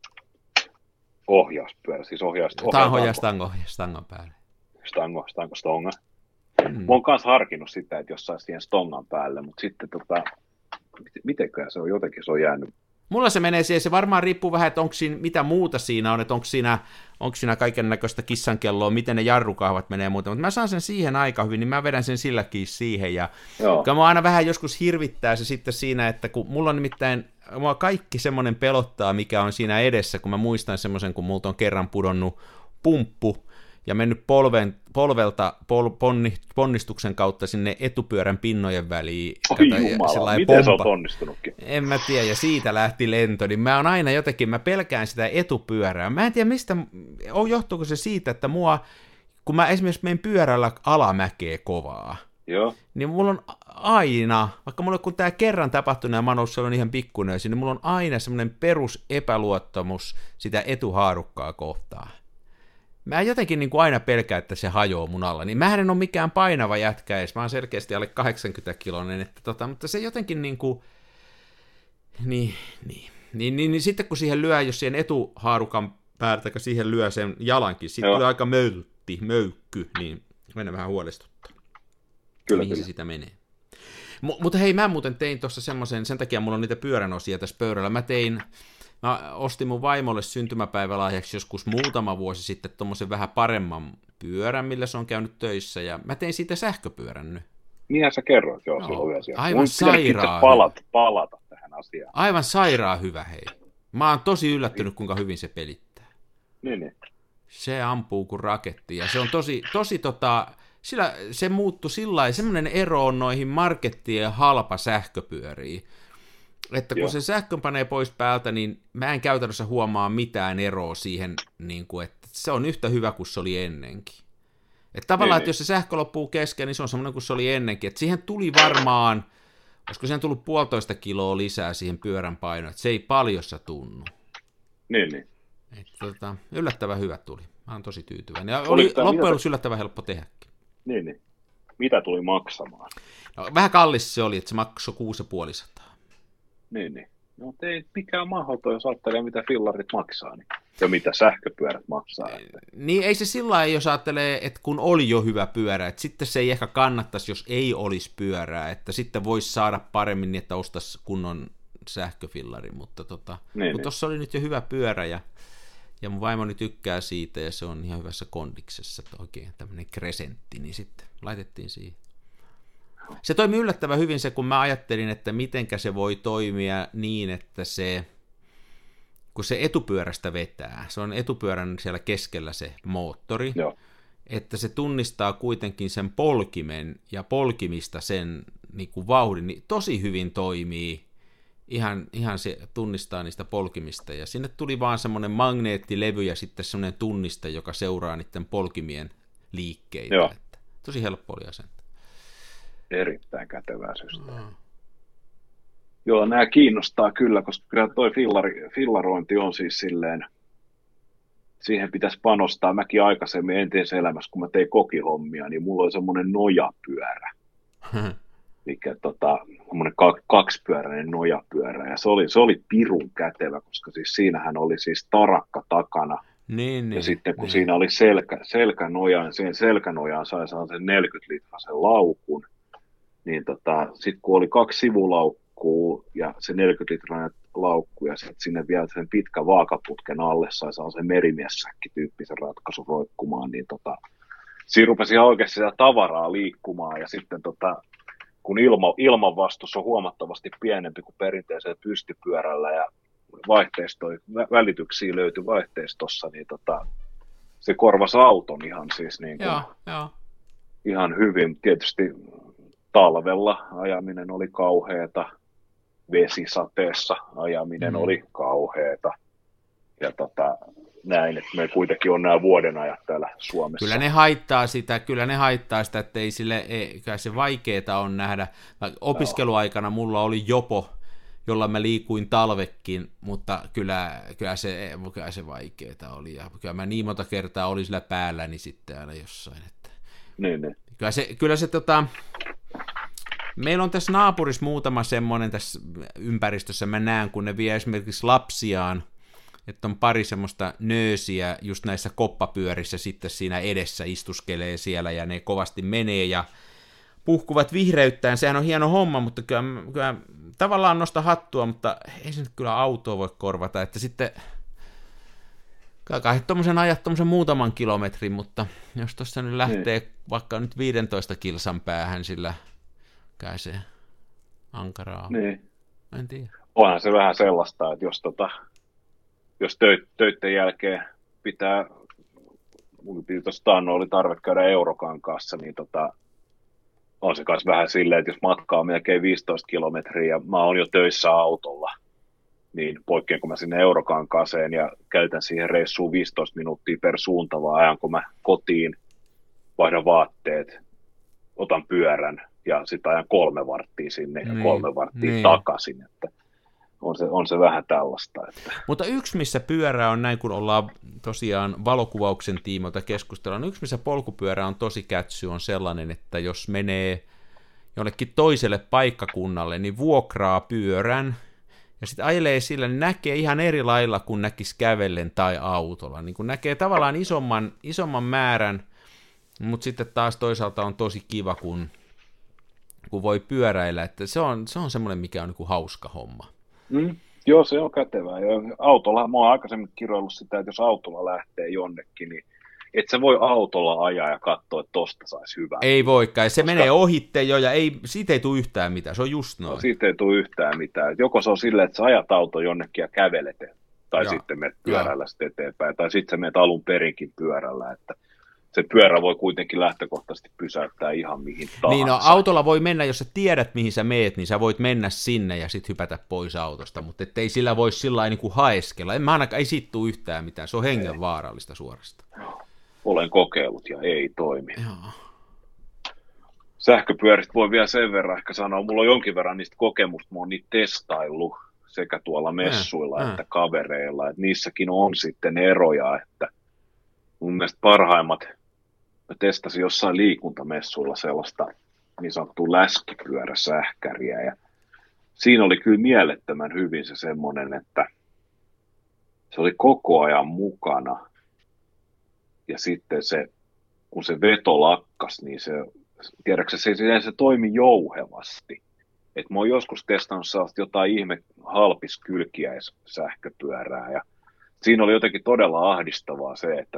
Ohjauspyörä, siis stangon päälle. Stonga. Mä oon kanssa harkinnut sitä, että jos saisi siihen stongan päälle, mutta sitten mitenköhän se on, jotenkin se on jäänyt Mulla se menee siihen, se varmaan riippuu vähän, että onko siinä, mitä muuta siinä on, että onko siinä kaiken näköistä kissankelloa, miten ne jarrukahvat menee muuta, mutta mä saan sen siihen aika hyvin, niin mä vedän sen silläkin siihen, ja mä aina vähän joskus hirvittää se sitten siinä, että kun mulla on nimittäin, mua kaikki semmoinen pelottaa, mikä on siinä edessä, kun mä muistan semmoisen, kun multa on kerran pudonnut pumppu, ja mennyt ponnistuksen kautta sinne etupyörän pinnojen väliin. Oi jumala, miten sä oot onnistunutkin? En mä tiedä, ja siitä lähti lento, niin mä oon aina jotenkin, mä pelkään sitä etupyörää. Mä en tiedä, johtuuko se siitä, että kun mä esimerkiksi menen pyörällä alamäkeä kovaa, joo. Niin mulla on aina, vaikka mulla kun tää kerran tapahtunut ja mä oon ollut ihan pikkuinen, niin mulla on aina semmoinen perus epäluottamus sitä etuhaarukkaa kohtaan. Mä jotenkin niin kuin aina pelkään, että se hajoaa mun alla, niin mähän en ole mikään painava jätkä edes, mä oon selkeästi alle 80-kiloinen, mutta se jotenkin niin kuin, niin sitten kun siihen lyö, jos siihen etuhaarukan päältä, siihen lyö sen jalankin, sitten tulee aika möykky, niin mennä vähän huolestuttaa. Mihin se sitä menee. Mutta hei, mä muuten tein tuossa semmoisen, sen takia mulla on niitä pyörän osia tässä pöydällä, mä ostin mun vaimolle syntymäpäivälahjaksi joskus muutama vuosi sitten tommosen vähän paremman pyörän, millä se on käynyt töissä, ja mä tein siitä sähköpyörän nyt. Niinhän sä kerroit, joo, silloin vielä siellä. Aivan sairaan palata tähän asiaan. Aivan sairaan hyvä, hei. Mä oon tosi yllättynyt, kuinka hyvin se pelittää. Niin. Se ampuu kuin raketti, ja se on tosi sillä se muuttui sillä semmoinen ero on noihin markettien halpa sähköpyöriin, että kun se sähkön panee pois päältä, niin mä en käytännössä huomaa mitään eroa siihen, niin kuin, että se on yhtä hyvä kuin se oli ennenkin. Että tavallaan, että jos se sähkö loppuu kesken, niin se on semmoinen kuin se oli ennenkin. Että siihen tuli varmaan, olisiko siihen tullut 1,5 kiloa lisää siihen pyörän painoon, että se ei paljossa tunnu. Niin. Että, yllättävän hyvä tuli. Mä oon tosi tyytyväinen. Ja oli loppujen lopuksi yllättävän helppo tehdäkin. Niin. Mitä tuli maksamaan? No, vähän kallis se oli, että se maksoi 650. Niin. No ei mikään mahdoton, jos ajattelee, mitä fillarit maksaa, niin. Ja mitä sähköpyörät maksaa. Niin ei se sillä lailla, jos ajattelee, että kun oli jo hyvä pyörä, että sitten se ei ehkä kannattaisi, jos ei olisi pyörää, että sitten voisi saada paremmin niin, että ostaisi kunnon sähköfillari, mutta tuossa oli nyt jo hyvä pyörä, ja mun vaimoni tykkää siitä, ja se on ihan hyvässä kondiksessa, oikein tämmöinen kresentti, niin sitten laitettiin siihen. Se toimi yllättävän hyvin se, kun mä ajattelin, että mitenkä se voi toimia niin, että kun se etupyörästä vetää, se on etupyörän siellä keskellä se moottori, että se tunnistaa kuitenkin sen polkimen ja polkimista sen niin kuin vauhdin, niin tosi hyvin toimii, ihan se tunnistaa niistä polkimista, ja sinne tuli vaan semmoinen magneettilevy ja sitten semmoinen tunniste, joka seuraa niiden polkimien liikkeitä. Että tosi helppo oli asenta. Erittäin kätevää systeemi. Joo, nämä kiinnostaa kyllä, koska kyllä toi fillarointi on siis silleen, siihen pitäisi panostaa. Mäkin aikaisemmin entisessä elämässä, kun mä tein kokihommia, niin mulla oli semmoinen nojapyörä. Mikä semmoinen kaksipyöräinen nojapyörä, ja se oli pirun kätevä, koska siis siinähän oli siis tarakka takana. Niin, ja sitten kun siinä oli selkänoja, niin siihen selkänojaan sai sen 40-litrasen laukun, niin sitten kun oli 2 sivulaukkuu ja se 40-litrainen laukku, ja sitten sinne vielä sen pitkä vaakaputken alle sai sen merimiessäkki-tyyppisen ratkaisun roikkumaan, niin siinä rupesi ihan oikeasti sitä tavaraa liikkumaan, ja sitten kun ilmanvastus on huomattavasti pienempi kuin perinteisellä pystypyörällä, ja välityksiä löytyi vaihteistossa, niin se korvasi auton ihan siis niin kuin, ihan hyvin. Tietysti talvella ajaminen oli kauheata, vesisateessa ajaminen oli kauheata, ja näin, että me kuitenkin on nämä vuodenajat täällä Suomessa. Kyllä ne haittaa sitä, että kyllä se vaikeeta on nähdä. Opiskeluaikana mulla oli jopo, jolla mä liikuin talvekin, mutta kyllä se vaikeeta oli, ja kyllä mä niin monta kertaa olin sillä päälläni sitten aina jossain. Että. Niin. Kyllä se meillä on tässä naapurissa muutama semmoinen tässä ympäristössä, mä näen, kun ne vie esimerkiksi lapsiaan, että on pari semmoista nöösiä just näissä koppapyörissä sitten siinä edessä istuskelee siellä, ja ne kovasti menee, ja puhkuvat vihreyttään, sehän on hieno homma, mutta kyllä tavallaan nosta hattua, mutta ei se nyt kyllä autoa voi korvata, että sitten kai tuommoisen ajat tuommoisen muutaman kilometrin, mutta jos tuossa nyt lähtee vaikka nyt 15 kilsan päähän, sillä kai se ankaraa. Niin. En tiedä. Onhan se vähän sellaista, että jos töiden jälkeen mun piti tuosta oli tarve käydä Eurokankaassa, niin on se myös vähän silleen, että jos matkaa on melkein 15 kilometriä ja mä oon jo töissä autolla, niin poikkeanko mä sinne Eurokankaaseen ja käytän siihen reissuun 15 minuuttia per suunta, vaan ajanko mä kotiin, vaihdan vaatteet, otan pyörän ja sitten ajan 3 varttia sinne ja 3 varttia takaisin, että on se vähän tällaista. Että. Mutta yksi, missä pyörä on näin, kun ollaan tosiaan valokuvauksen tiimoilta keskustellaan, yksi, missä polkupyörä on tosi kätsy, on sellainen, että jos menee jollekin toiselle paikkakunnalle, niin vuokraa pyörän, ja sitten ajelee sillä, niin näkee ihan eri lailla kuin näkisi kävellen tai autolla. Niin kun näkee tavallaan isomman määrän, mutta sitten taas toisaalta on tosi kiva, kun voi pyöräillä, että se on semmoinen, mikä on niin kuin hauska homma. Joo, se on kätevää. Ja autolla, mä oon aikaisemmin kiroillut sitä, että jos autolla lähtee jonnekin, niin et sä voi autolla ajaa ja katsoa, että tosta saisi hyvää. Ei voikaan, se menee ohitte jo, ja siitä ei tule yhtään mitään, se on just noin. No, siitä ei tule yhtään mitään. Joko se on silleen, että sä ajat auto jonnekin ja kävelet, tai sitten menet pyörällä sitten eteenpäin, tai sitten sä menet alun perinkin pyörällä, että se pyörä voi kuitenkin lähtökohtaisesti pysäyttää ihan mihin tahansa. Niin, no autolla voi mennä, jos sä tiedät mihin sä meet, niin sä voit mennä sinne ja sitten hypätä pois autosta, mutta ettei sillä voi sillä niin kuin haeskella. En mä ainakaan, ei siitä tule yhtään mitään, se on hengenvaarallista suorastaan. Olen kokeillut ja ei toimi. Joo. Sähköpyöristä voi vielä sen verran ehkä sanoa, mulla on jonkin verran niistä kokemusta, mä oon niitä testaillut sekä tuolla messuilla että kavereilla, että niissäkin on sitten eroja, että mun mielestä parhaimmat, mä testasin jossain liikuntamessuilla sellaista niin sanottua läskipyöräsähkäriä, ja siinä oli kyllä mielettömän hyvin se semmoinen, että se oli koko ajan mukana, ja sitten se, kun se veto lakkas, niin tiedätkö, se toimi jouhevasti. Et mä oon joskus testannut sellaista jotain ihme halpiskylkiäissähköpyörää, ja siinä oli jotenkin todella ahdistavaa se, että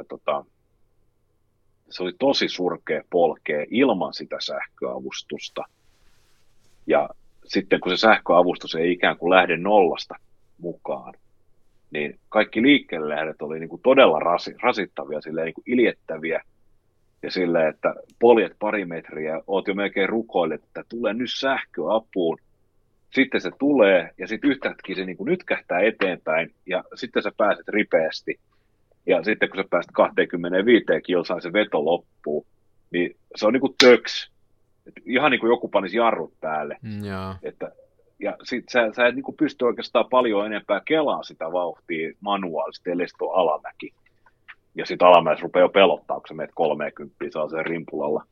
se oli tosi surkea polkea ilman sitä sähköavustusta. Ja sitten kun se sähköavustus ei ikään kuin lähde nollasta mukaan, niin kaikki liikkeelle lähdet oli niin kuin todella rasittavia, silleen niin kuin iljettäviä. Ja silleen, että poljet pari metriä, oot jo melkein rukoillut, että tulee nyt sähköapuun. Sitten se tulee, ja sitten yhtäkkiä se niin kuin nytkähtää eteenpäin, ja sitten sä pääset ripeästi. Ja sitten kun sä pääset 25 kilsaan, se veto loppuu, niin se on niin kuin töks. Ihan niin kuin joku panisi jarrut päälle. Ja sitten sä et niin kuin pysty oikeastaan paljon enempää kelaa sitä vauhtia manuaalisesti, ellei sit ole alamäki. Ja sitten alamäessä rupeaa jo pelottaa, kun sä menet 30 saa sen rimpulalla.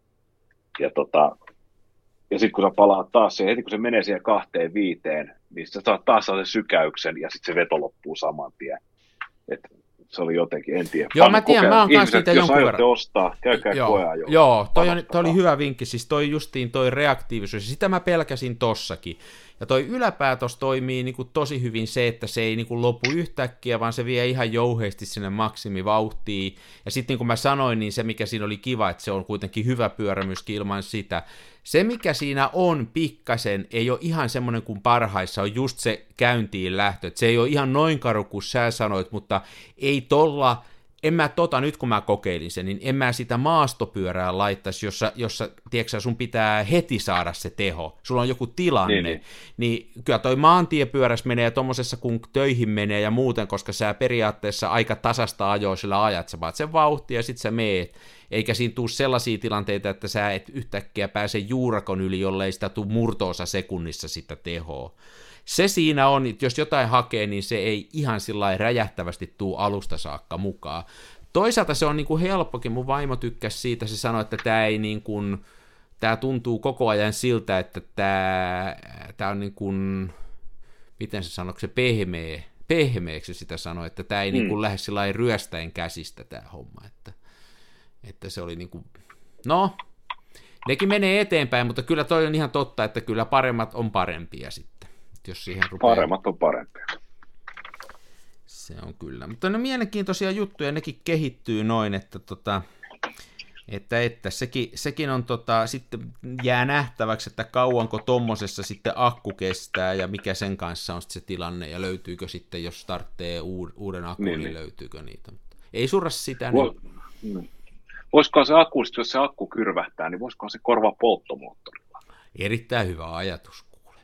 Ja sitten kun sä palaat taas siihen, heti kun se menee siihen 25, niin sä saat taas sen sykäyksen ja sitten se veto loppuu saman tien. Se oli jotenkin, en tiedä. Joo, mä tiedän, mä oon kanssa niitä jonkun verran. Jos aiotte ostaa, käykää koeajolla. Joo, toi oli hyvä vinkki, siis toi reaktiivisuus, ja sitä mä pelkäsin tossakin. Ja toi yläpää tossa toimii niin kuin tosi hyvin se, että se ei niin kuin lopu yhtäkkiä, vaan se vie ihan jouheesti sinne maksimivauhtiin. Ja sitten niin kuin mä sanoin, niin se mikä siinä oli kiva, että se on kuitenkin hyvä pyörä myöskin ilman sitä. Se mikä siinä on pikkasen, ei ole ihan semmoinen kuin parhaissa, on just se käyntiin lähtö. Et se ei ole ihan noin karu kuin sä sanoit, mutta ei tolla... nyt kun mä kokeilin sen, niin en mä sitä maastopyörää laittaisi, jossa tiedätkö, sun pitää heti saada se teho. Sulla on joku tilanne. Niin kyllä toi maantiepyörässä menee tommosessa kun töihin menee ja muuten, koska sä periaatteessa aika tasasta ajoa sillä ajat, sä vaat sen vauhtia ja sit sä meet. Eikä siinä tule sellaisia tilanteita, että sä et yhtäkkiä pääse juurakon yli, jollei sitä tule murto-osa sekunnissa sitä tehoa. Se siinä on, että jos jotain hakee, niin se ei ihan sillä räjähtävästi tuu alusta saakka mukaan. Toisaalta se on niin kuin helppokin, mun vaimo tykkäsi siitä, se sanoi, että tämä ei niin kuin, tämä tuntuu koko ajan siltä, että tämä on niin kuin, miten se sanoo, se pehmeäksi sitä sanoi, että tämä ei niin kuin lähde sillä lailla ryöstäen käsistä tämä homma, että se oli niin kuin, no, nekin menee eteenpäin, mutta kyllä toi on ihan totta, että kyllä paremmat on parempia sitten, jos siihen rupeaa. Paremmat on parempia. Se on kyllä, mutta ne mielenkiintoisia juttuja, nekin kehittyy noin, että sekin on sitten jää nähtäväksi, että kauanko tommosessa sitten akku kestää ja mikä sen kanssa on sitten se tilanne ja löytyykö sitten, jos starttee uuden akun, niin löytyykö niitä. Ei surra sitä. Voisikohan se akku, jos se akku kyrvähtää, niin voisikohan se korvaa polttomoottorilla? Erittäin hyvä ajatus, kuule.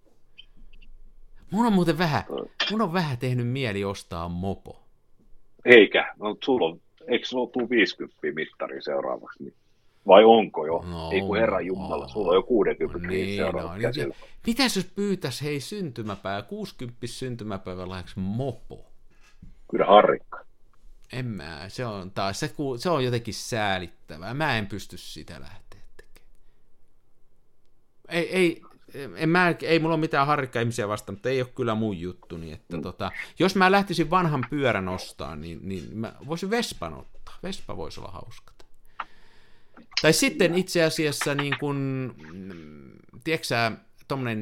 Mun on vähän tehnyt mieli ostaa mopo. Eikä, no eikö sulla tule 50 mittari seuraavaksi? Niin? Vai onko jo? No, ei kun herran jumala, sulla on jo 60 seuraavaksi käsillä. Mitäs jos pyytäisi, hei 60 syntymäpäivän lahjaksi mopo? Kyllä harrikka. Se on taas, se on jotenkin säälittävää. Mä en pysty sitä lähteä tekemään. Ei mulla ole mitään harrikka-ihmisiä vastaan, mutta ei ole kyllä mun juttuni. Että jos mä lähtisin vanhan pyörän ostaa, niin mä voisin Vespan ottaa. Vespa voisi olla hauska. Tai sitten itse asiassa niin kun, tiedätkö sä, tommonen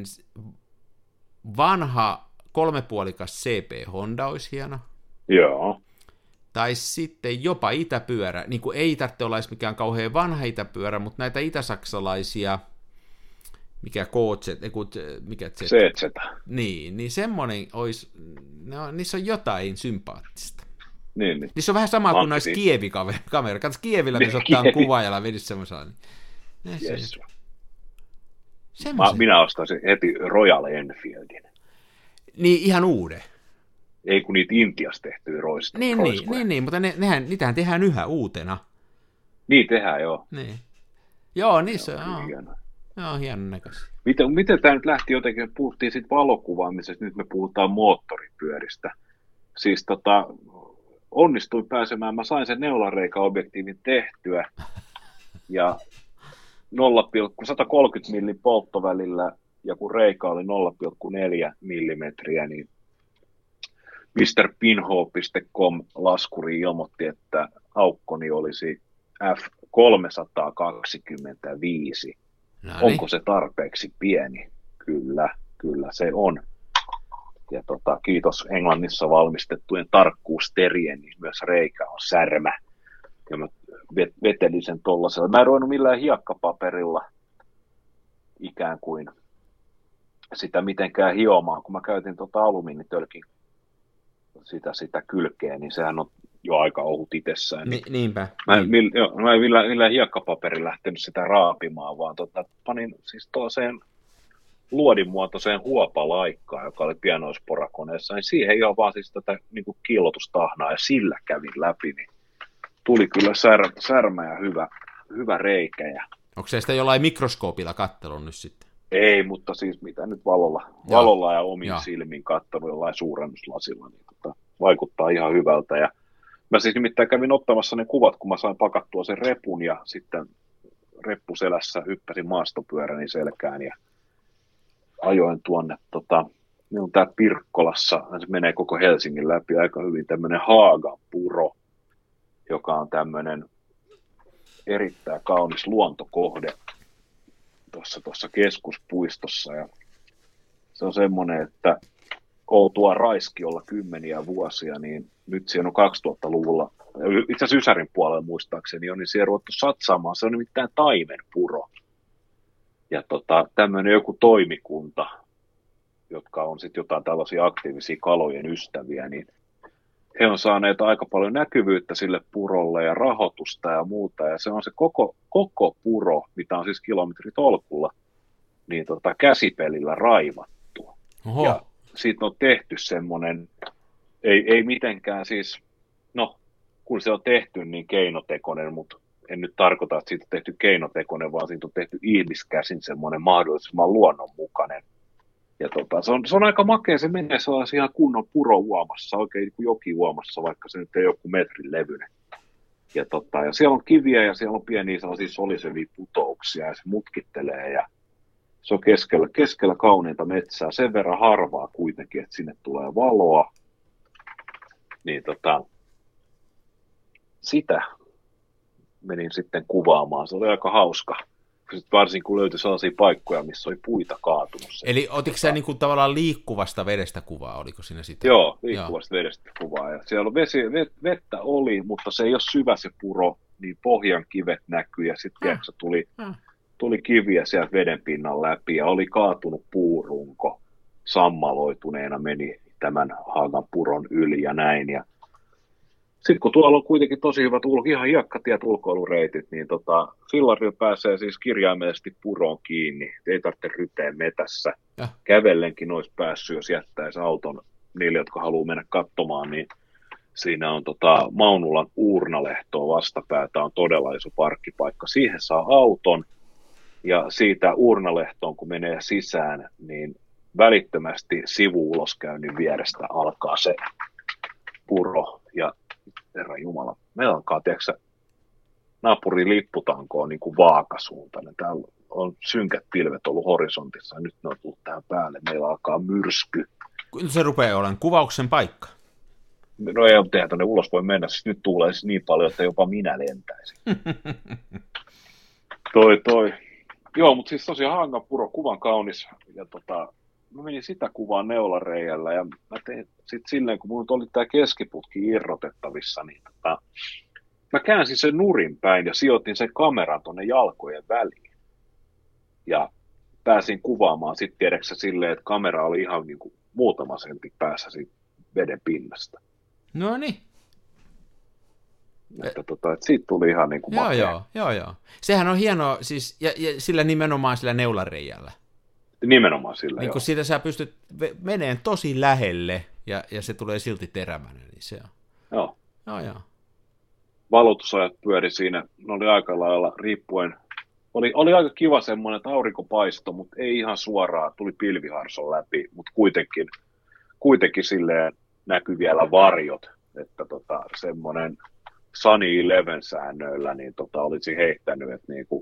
vanha kolmepuolikas CP Honda olisi hieno. Joo. Tai sitten jopa itäpyörä, niin kuin ei tarvitse olla edes mikään kauhean vanha itäpyörä, mutta näitä itäsaksalaisia, mikä CZ. Niin semmoinen olisi, niissä on jotain sympaattista. Niin. Niissä on vähän sama kuin näissä Kievi-kamera. Katso Kievillä, missä ottaa kuvaajalla vedisi semmoisella. Yes. Minä ostaisin heti Royal Enfieldin. Niin, ihan uuden. Ei kun niitä Intiassa tehtyjä roiskoja. Niin, mutta niitähän tehdään yhä uutena. Niin tehdään, joo. Niin. Joo, niissä on hienon näköisiä. Miten tämä nyt lähti jotenkin, puhuttiin siitä valokuvaamisesta, nyt me puhutaan moottoripyöristä. Siis onnistuin pääsemään, mä sain sen neulareikaobjektiivin tehtyä, ja 130 millin polttovälillä, ja kun reika oli 0,4 millimetriä, niin MrPinhole.com laskuri ilmoitti, että aukkoni olisi F325. Onko se tarpeeksi pieni? Kyllä se on. Ja kiitos Englannissa valmistettujen tarkkuusterien, niin myös reikä on särmä. Ja mä vetelin sen tollasella. Mä en ruvennut millään hiekkapaperilla ikään kuin sitä mitenkään hiomaan, kun mä käytin alumiinitölkin sitä kylkeä, niin sehän on jo aika ohut itsessään. Niinpä. Mä en millään hiekkapaperilla lähtenyt sitä raapimaan, vaan panin siis tuollaiseen luodinmuotoiseen huopalaikkaan, joka oli pienoisporakoneessa, niin siihen ihan vaan siis tätä niin kuin kiillotustahnaa, ja sillä kävin läpi, niin tuli kyllä särmä ja hyvä reikä. Ja onko se sitä jollain mikroskoopilla kattelun nyt sitten? Ei, mutta siis mitä nyt valolla ja omin silmin katsellut jollain suurennuslasilla, niin vaikuttaa ihan hyvältä. Ja mä siis nimittäin kävin ottamassa ne kuvat, kun mä sain pakattua sen repun, ja sitten reppuselässä hyppäsin maastopyöräni selkään ja ajoin tuonne, ne on tää Pirkkolassa, se menee koko Helsingin läpi aika hyvin, tämmönen Haagan puro, joka on tämmönen erittäin kaunis luontokohde tuossa keskuspuistossa, ja se on semmoinen, että oltua Raiskiolla kymmeniä vuosia, niin nyt siinä on 2000-luvulla, itse asiassa Ysärin puolella muistaakseni on, niin siihen ruvettu satsaamaan, se on nimittäin taimenpuro. Ja tämmöinen joku toimikunta, jotka on sitten jotain tällaisia aktiivisia kalojen ystäviä, niin he on saaneet aika paljon näkyvyyttä sille purolle ja rahoitusta ja muuta, ja se on se koko puro, mitä on siis kilometritolkulla, niin käsipelillä raivattu. Oho. Ja siitä on tehty semmoinen, ei mitenkään siis, no kun se on tehty niin keinotekoinen, mutta en nyt tarkoita, että siitä on tehty keinotekoinen, vaan siitä on tehty ihmiskäsin semmoinen mahdollisimman luonnonmukainen. Ja se on aika makea, se menee sellaisen ihan kunnon purouomassa, oikein kuin jokiuomassa, vaikka se nyt ei ole joku metrin levyinen. Ja siellä on kiviä ja siellä on pieniä sellaisia soliseviä putouksia ja se mutkittelee ja se on keskellä kauniita metsää, sen verran harvaa kuitenkin, että sinne tulee valoa. Niin sitä menin sitten kuvaamaan, se oli aika hauska. Sitten varsinkin kun löytyi sellaisia paikkoja, missä oli puita kaatunut. Eli otitko sä niinku tavallaan liikkuvasta vedestä kuvaa, oliko siinä sitä? Joo, liikkuvasta vedestä kuvaa. Ja siellä vettä oli, mutta se ei ole syvä se puro, niin pohjan kivet näkyi ja sitten tuli kiviä sieltä veden pinnan läpi ja oli kaatunut puurunko sammaloituneena meni tämän Haagan puron yli ja näin. Ja sitten kun tuolla on kuitenkin tosi hyvät ihan hiekkatiet ulkoilureitit, niin fillarilla pääsee siis kirjaimellisesti puroon kiinni. Ei tarvitse rypeä metässä. Kävellenkin olisi päässyt, jos jättäisi auton niille, jotka haluaa mennä katsomaan, niin siinä on Maunulan Uurnalehtoa vastapäätä on todella iso parkkipaikka. Siihen saa auton ja siitä Uurnalehtoon, kun menee sisään, niin välittömästi sivu-uloskäynnin vierestä alkaa se puro ja herra Jumala, meillä alkaa, tiedätkö, naapurin lipputanko on niin kuin vaakasuuntainen. Täällä on synkät pilvet ollut horisontissa ja nyt ne on tullut tähän päälle. Meillä alkaa myrsky. Nyt se rupeaa olemaan kuvauksen paikka. No ei ole tehdä, tuonne ulos voi mennä. Siis nyt tuulee siis niin paljon, että jopa minä lentäisin. toi. Joo, mutta siis tosiaan Haagan puro, kuvan kaunis. Ja mä menin sitä kuvaan neulareijällä ja mä tein sitten silleen, kun mulla oli tämä keskiputki irrotettavissa, niin mä käänsin sen nurin päin ja sijoitin sen kameran tuonne jalkojen väliin. Ja pääsin kuvaamaan sitten tiedäksä silleen, että kamera oli ihan niin kuin muutama sentti päässä siitä veden pinnasta. No niin. Että siitä tuli ihan niin kuin makea. Joo. Sehän on hienoa, siis, ja sillä nimenomaan sillä neulareijällä. Nimenomaan sillä, niin kun siitä sä pystyt meneen tosi lähelle, ja se tulee silti terävänä, niin se on. Joo. Valotusajat pyöri siinä, ne oli aika lailla riippuen. Oli aika kiva semmoinen, että aurinko paistoi, mutta ei ihan suoraan, tuli pilviharson läpi, mutta kuitenkin silleen näkyi vielä varjot, että semmoinen Sunny 11 säännöillä niin olisi heittänyt, että niinku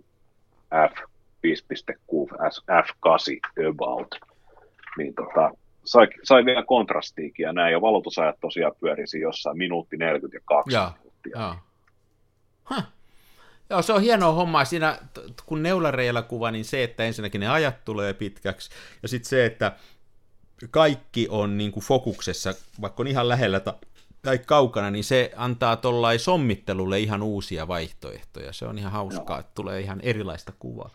F5.6, F8 about, niin sai vielä kontrastiikin ja näin, ja valotusajat tosiaan pyörisi jossain minuutti 42 minuuttia. Joo, se on hienoa hommaa. Siinä, kun neulareilla kuva, niin se, että ensinnäkin ne ajat tulee pitkäksi, ja sitten se, että kaikki on niin kuin fokuksessa, vaikka on ihan lähellä tai kaukana, niin se antaa tollain sommittelulle ihan uusia vaihtoehtoja. Se on ihan hauskaa, että tulee ihan erilaista kuvaa.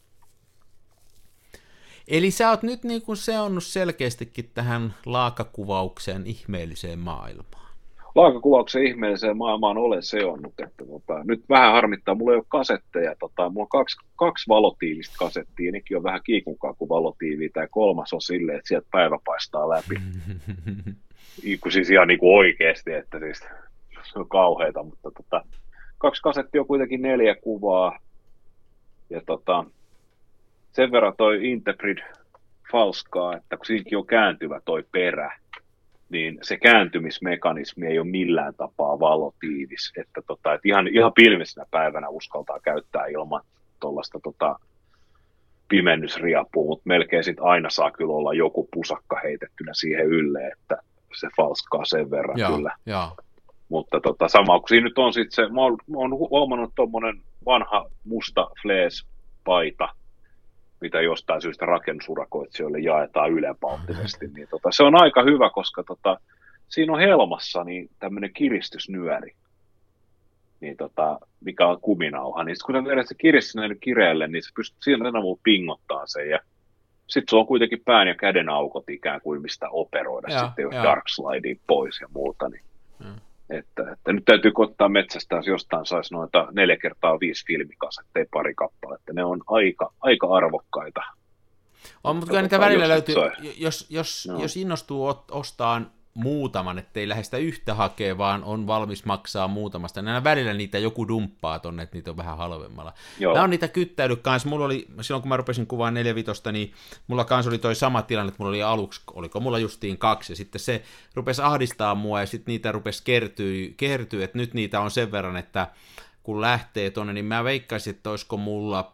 Eli sä oot nyt niin kuin seonnut selkeästikin tähän laakakuvauksen ihmeelliseen maailmaan. Laakakuvauksen ihmeelliseen maailmaan olen seonnut. Että nyt vähän harmittaa, mulla ei ole kasetteja. Mulla on kaksi valotiivistä kasettia, nekin on vähän kiikunkaa kuin valotiiviä. Tämä kolmas on silleen, että sieltä päivä paistaa läpi. Siis ihan niin kuin oikeasti, että siis se on kauheata, mutta kaksi kasettia on kuitenkin 4 kuvaa. Ja sen verran toi Interprid falskaa, että kun siinäkin on kääntyvä toi perä, niin se kääntymismekanismi ei ole millään tapaa valotiivis, että ihan pilvisenä päivänä uskaltaa käyttää ilman tuollaista pimennysriapua, mutta melkein sit aina saa kyllä olla joku pusakka heitettynä siihen ylle, että se falskaa sen verran kyllä. Mutta sama kun siinä nyt on sitten se, mä oon huomannut tuommoinen vanha musta fleece-paita, mitä jostain syystä rakennusurakoitsijoille jaetaan ylenpalttisesti, niin se on aika hyvä, koska siinä on helmassa niin tämmöinen kiristysnyöri, niin mikä on kuminauha, niin kun vedät se kiristysnyöri kireelle, niin se pystyy siinä avulla pingottaa sen, ja sitten sulla on kuitenkin pään ja käden aukot ikään kuin mistä operoida, sitten jos dark slidea pois ja muuta, niin että nyt täytyy ottaa metsästä, jos jostain saisi noita 4x5 filmikasetteja pari kappaletta. Ne on aika arvokkaita. On, mutta kyllä niitä välillä löytyy, jos innostuu ostaan muutaman, ettei lähde sitä yhtä hakea, vaan on valmis maksaa muutamasta. Nämä välillä niitä joku dumppaa tonne, että niitä on vähän halvemmalla. Joo. Nämä on niitä kyttäily kanssa. Mulla oli, silloin kun mä rupesin kuvaan 4.5, niin mulla kanssa oli toi sama tilanne, että mulla oli aluksi, oliko mulla justiin 2, ja sitten se rupesi ahdistaa mua, ja sitten niitä rupesi kertyä, että nyt niitä on sen verran, että kun lähtee tonne, niin mä veikkaisin, että olisiko mulla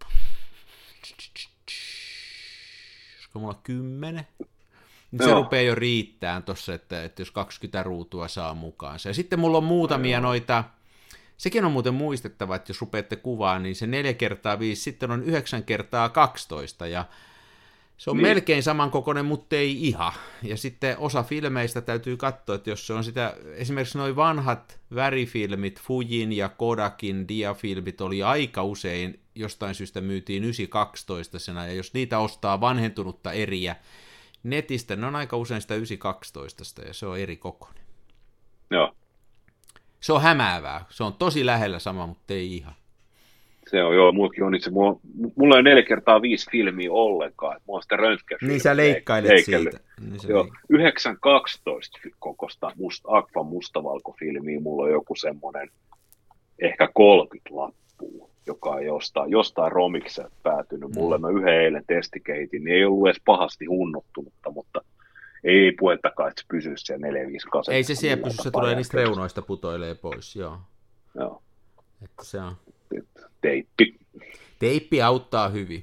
10? Se rupeaa jo riittämään tuossa, että jos 20 ruutua saa mukaansa. Ja sitten mulla on muutamia noita Sekin on muuten muistettava, että jos rupeatte kuvaa, niin se 4x5, sitten on 9x12, ja se on melkein samankokoinen, mutta ei ihan. Ja sitten osa filmeistä täytyy katsoa, että jos se on sitä, esimerkiksi nuo vanhat värifilmit, Fujin ja Kodakin diafilmit oli aika usein, jostain syystä myytiin 9x12, ja jos niitä ostaa vanhentunutta eriä netistä, ne on aika usein sitä 9x12, ja se on eri kokoinen. Joo. Se on hämäävää. Se on tosi lähellä sama, mutta ei ihan. Se on, joo, mullakin on itse. Mulla ei ole 4x5 filmiä ollenkaan. Mulla on sitä röntgenfilmiä. Niin sä leikkailet siitä. Niin joo, 9x12 kokosta Agfan mustavalkofilmiä. Mulla on joku semmoinen ehkä 30 lappua, joka on jostain romikselta päätynyt. Mulle mä yhden eilen testikeitin, niin ei ollut edes pahasti hunnottunutta, mutta ei puhettakaan, että se pysyisi siellä 4-5 Ei se siellä pysy, se tulee niistä reunoista putoilee pois, joo. Joo. Että se on. Teippi. Teippi auttaa hyvin.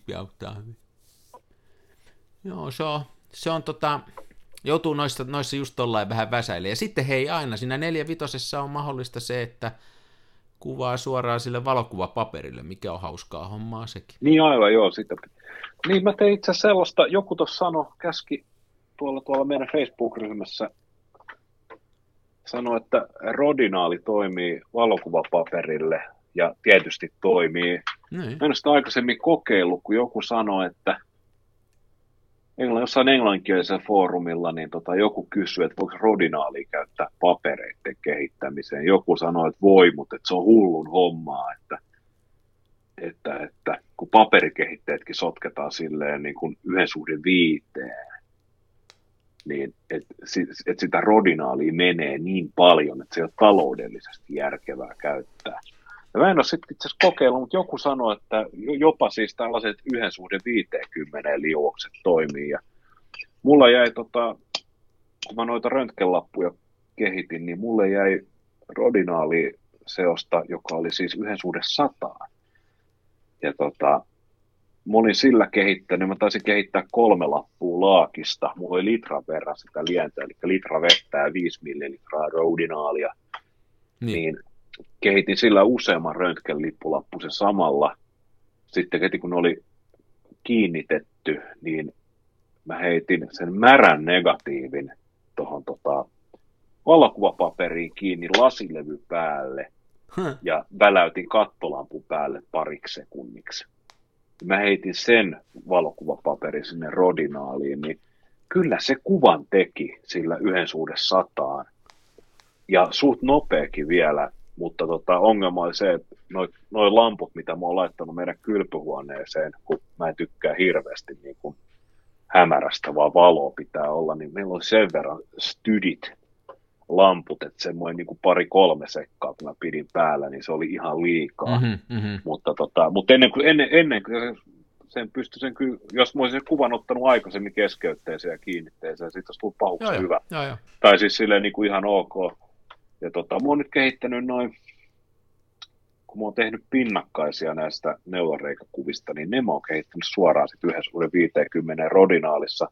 Joo, se on joutuu noissa just tollain vähän väsäille. Ja sitten hei, aina siinä 4/5 on mahdollista se, että kuvaa suoraan sille valokuvapaperille, mikä on hauskaa hommaa sekin. Niin aivan, joo. Sitä. Niin mä tein itse sellaista, joku tuossa käski tuolla meidän Facebook-ryhmässä, sanoi, että Rodinaali toimii valokuvapaperille ja tietysti toimii. Mä en ole sitä aikaisemmin kokeillut, kun joku sanoi, että jossain englanninkielisellä foorumilla niin joku kysyi, että voiko Rodinaalia käyttää papereiden kehittämiseen. Joku sanoi, että voi, mutta että se on hullun hommaa, että kun paperikehitteetkin sotketaan silleen niin kuin 1:5, niin että sitä Rodinaalia menee niin paljon, että se ei ole taloudellisesti järkevää käyttää. Ja mä en ole sitten itse asiassa kokeillut, mutta joku sanoi, että jopa siis tällaiset 1:50 liuokset toimii. Ja mulla jäi, kun mä noita röntgenlappuja kehitin, niin mulle jäi Rodinaali-seosta, joka oli siis 1:100. Ja mä olin sillä kehittänyt, mä taisin kehittää 3 lappua laakista. Mulla oli litran verran sitä lientä, eli litra vettä ja 5 millilitraa Rodinaalia. Niin kehitin sillä useamman röntgenlippulappusen samalla. Sitten heti kun ne oli kiinnitetty, niin mä heitin sen märän negatiivin tuohon valokuvapaperiin kiinni lasilevy päälle ja väläytin kattolampun päälle pariksi sekunniksi. Mä heitin sen valokuvapaperin sinne Rodinaaliin, niin kyllä se kuvan teki sillä 1:100 ja suht nopeakin vielä, mutta ongelma oli se, että noi lamput, mitä mä oon laittanut meidän kylpyhuoneeseen, kun mä en tykkää hirveästi niin kuin hämärästä, vaan valoa pitää olla, niin meillä oli sen verran stydit lamput, että semmoinen niin kuin 2-3 sekkaa, kun mä pidin päällä, niin se oli ihan liikaa. Mutta ennen kuin sen pystyi sen kyllä, jos mä olisin sen kuvan ottanut aikaisemmin keskeytteeseen ja kiinnitteeseen, siitä olisi tullut pahuksi hyvä. Joo. Tai siis silleen niin kuin ihan ok. Ja mä oon nyt kehittänyt noin, kun mä oon tehnyt pinnakkaisia näistä neulareikäkuvista, niin ne mä oon kehittänyt suoraan sitten 1:50 Rodinaalissa.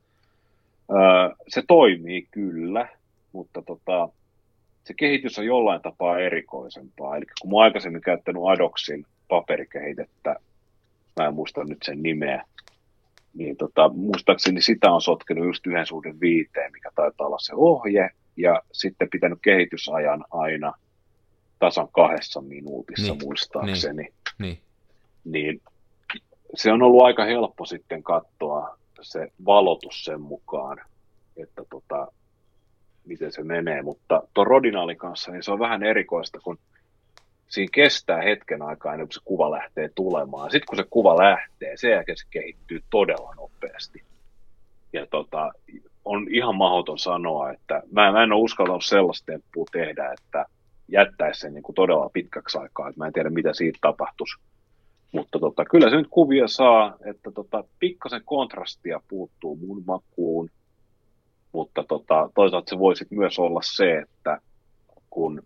Se toimii kyllä, mutta se kehitys on jollain tapaa erikoisempaa. Eli kun mä oon aikaisemmin käyttänyt Adoxin paperikehitettä, mä en muista nyt sen nimeä, niin muistaakseni sitä on sotkenut just 1:5, mikä taitaa olla se ohje, ja sitten pitänyt kehitysajan aina tasan 2 minuutissa muistaakseni. Niin se on ollut aika helppo sitten katsoa se valotus sen mukaan, että miten se menee, mutta tuon Rodinaalin kanssa niin se on vähän erikoista, kun siinä kestää hetken aikaa ennen kuin se kuva lähtee tulemaan. Sitten kun se kuva lähtee, sen jälkeen se kehittyy todella nopeasti. Ja on ihan mahdoton sanoa, että mä en ole uskaltanut sellaista temppua tehdä, että jättäisi sen niin kuin todella pitkäksi aikaa, että mä en tiedä mitä siitä tapahtuisi. Mutta kyllä se nyt kuvia saa, että pikkasen kontrastia puuttuu mun makuun, mutta toisaalta se voisi myös olla se, että kun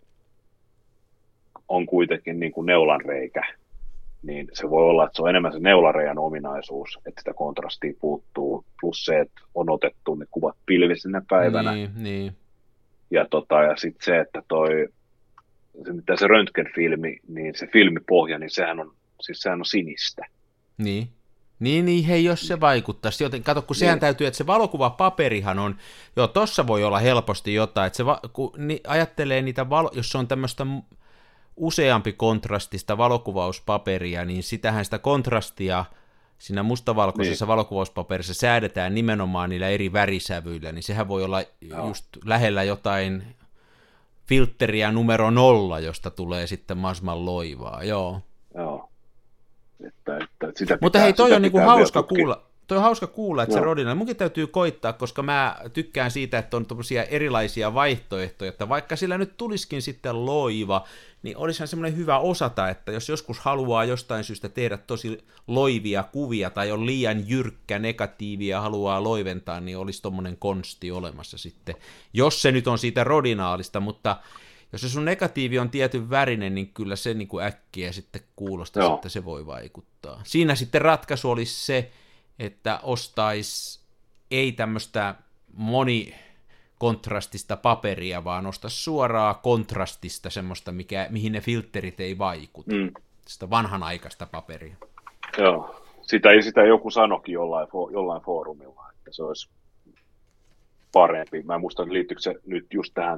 on kuitenkin niin kuin neulanreikä, niin se voi olla, että se on enemmän se neulareiän ominaisuus, että sitä kontrastia puuttuu, plus se, että on otettu ne kuvat pilvisenä päivänä. Niin. Ja sitten se, että mitä se röntgenfilmi, niin se filmipohja, niin sehän on sinistä. Niin. Niin, hei, jos se vaikuttaisi. Joten kato, kun sehän täytyy, että se valokuvapaperihan on, joo, tossa voi olla helposti jotain, että se kun ajattelee niitä, jos se on tämmöistä useampi kontrastista valokuvauspaperia, niin sitähän sitä kontrastia siinä mustavalkoisessa valokuvauspaperissa säädetään nimenomaan niillä eri värisävyillä, niin sehän voi olla just lähellä jotain filtteriä numero 0, josta tulee sitten mahdollisimman loivaa, joo. Että sitä mutta hei, toi on niinku hauska kuulla. Toi on hauska kuulla, että se rodina, munkin täytyy koittaa, koska mä tykkään siitä, että on tommosia erilaisia vaihtoehtoja, että vaikka sillä nyt tulisikin sitten loiva, niin olisihan semmoinen hyvä osata, että jos joskus haluaa jostain syystä tehdä tosi loivia kuvia tai on liian jyrkkä negatiivia ja haluaa loiventaa, niin olisi tommonen konsti olemassa sitten, jos se nyt on siitä rodinaalista, mutta jos se sun negatiivi on tietyn värinen, niin kyllä se niin kuin äkkiä sitten kuulostaa, että se voi vaikuttaa. Siinä sitten ratkaisu olisi se, että ostaisi ei tämmöistä monikontrastista paperia, vaan ostaisi suoraa kontrastista semmoista, mihin ne filterit ei vaikuta. Sitä vanhanaikaista paperia. Joo, sitä joku sanokin jollain foorumilla, että se olisi parempi. Mä en muista, liittyykö se nyt just tähän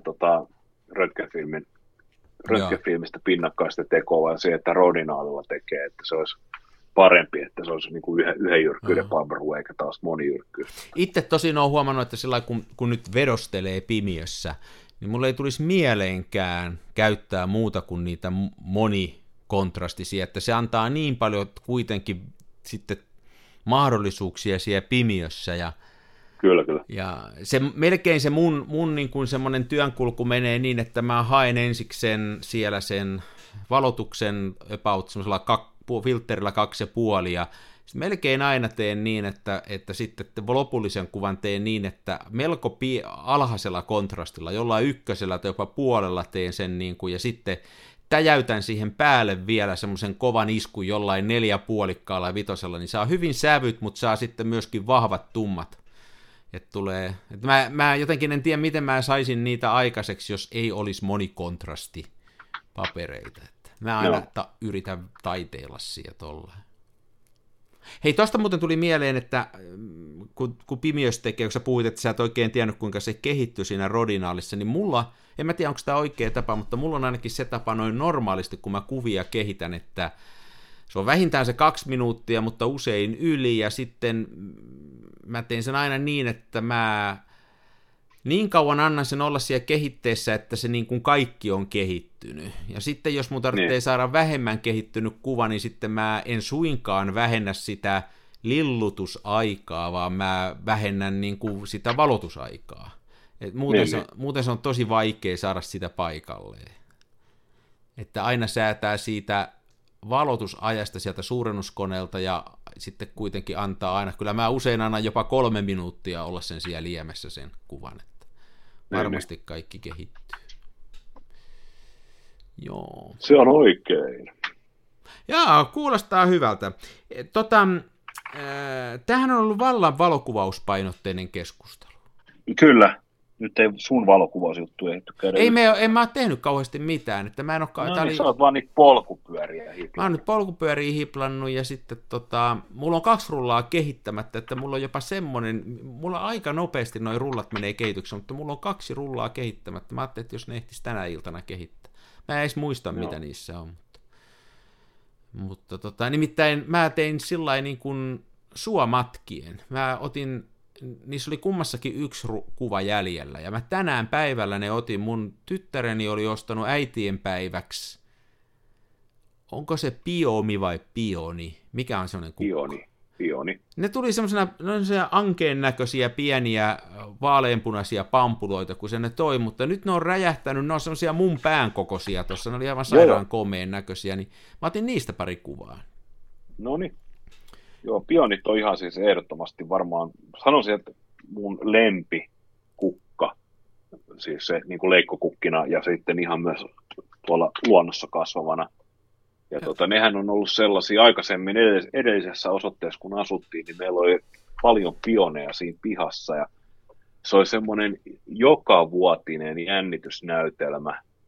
röntgenfilmistä pinnakkaista tekoa, vaan se, että rodinaalilla tekee, että se olisi parempi, että se olisi niin kuin yhden jyrkkyyden paperu, eikä taas monijyrkkyys. Itse tosin olen huomannut, että sillä kun nyt vedostelee pimiössä, niin mulle ei tulisi mieleenkään käyttää muuta kuin niitä monikontrastisia, että se antaa niin paljon kuitenkin sitten mahdollisuuksia siellä pimiössä, ja Kyllä. Ja melkein se mun niin kuin semmoinen työnkulku menee niin, että mä haen ensiksen siellä sen valotuksen about semmoisella filterillä 2,5, ja melkein aina teen niin, että sitten lopullisen kuvan teen niin, että melko alhaisella kontrastilla, jollain 1 tai jopa 0,5 teen sen, niin kuin, ja sitten täjäytän siihen päälle vielä semmoisen kovan iskun jollain 4,5 ja 5, niin saa hyvin sävyt, mutta saa sitten myöskin vahvat tummat. Että mä jotenkin en tiedä, miten mä saisin niitä aikaiseksi, jos ei olisi monikontrastipapereita. Että mä aina yritän taiteilla siellä tolleen. Hei, tosta muuten tuli mieleen, että kun pimiössä tekee, kun sä puhuit, että sä et oikein tiennyt, kuinka se kehittyi siinä rodinaalissa, niin mulla, en mä tiedä, onko tämä oikea tapa, mutta mulla on ainakin se tapa noin normaalisti, kun mä kuvia kehitän, että se on vähintään se 2 minuuttia, mutta usein yli, ja sitten mä teen sen aina niin, että mä niin kauan annan sen olla siellä kehitteessä, että se niin kuin kaikki on kehittynyt. Ja sitten jos mun tarvitsee saada vähemmän kehittynyt kuva, niin sitten mä en suinkaan vähennä sitä lillutusaikaa, vaan mä vähennän niin kuin sitä valotusaikaa. Et muuten se on tosi vaikea saada sitä paikalleen. Että aina säätää siitä valotusajasta sieltä suurennuskoneelta ja sitten kuitenkin antaa aina, kyllä mä usein annan jopa 3 minuuttia olla sen siellä liemessä sen kuvan, että varmasti kaikki kehittyy. Joo. Se on oikein. Jaa, kuulostaa hyvältä. Tämähän on ollut vallan valokuvauspainotteinen keskustelu. Kyllä. Nyt ei sun valokuvausjuttuja ehditty käydä. En mä ole tehnyt kauheasti mitään. Että mä en ole, sä oot vaan niitä polkupyöriä hiplannut. Mä oon nyt polkupyöriä hiplannut ja sitten mulla on 2 rullaa kehittämättä, että mulla on jopa semmonen, mulla aika nopeasti noi rullat menee kehitykseen, mutta mulla on 2 rullaa kehittämättä. Mä ajattelin, että jos ne ehtis tänä iltana kehittää. Mä en edes muista, mitä niissä on. Mutta nimittäin mä tein sillain niin kuin suomatkien. Mä otin, niissä oli kummassakin 1 kuva jäljellä, ja mä tänään päivällä ne otin, mun tyttäreni oli ostanut äitien päiväksi, onko se Piomi vai Pioni, mikä on semmoinen kukka? Pioni. Ne tuli semmoisena ankeen näköisiä pieniä vaaleanpunaisia pampuloita, kun se ne toi, mutta nyt ne on räjähtänyt, ne on semmoisia mun pään kokoisia tuossa, ne oli aivan sairaan komeen näköisiä, niin mä otin niistä pari kuvaa. Noniin. Joo, pionit on ihan siis ehdottomasti varmaan, sanoisin, että mun lempikukka, siis se niin kuin leikkokukkina ja sitten ihan myös tuolla luonnossa kasvavana. Ja nehän on ollut sellaisia aikaisemmin edellisessä osoitteessa, kun asuttiin, niin meillä oli paljon pioneja siinä pihassa ja se oli semmoinen jokavuotinen jännitysnäytelmä.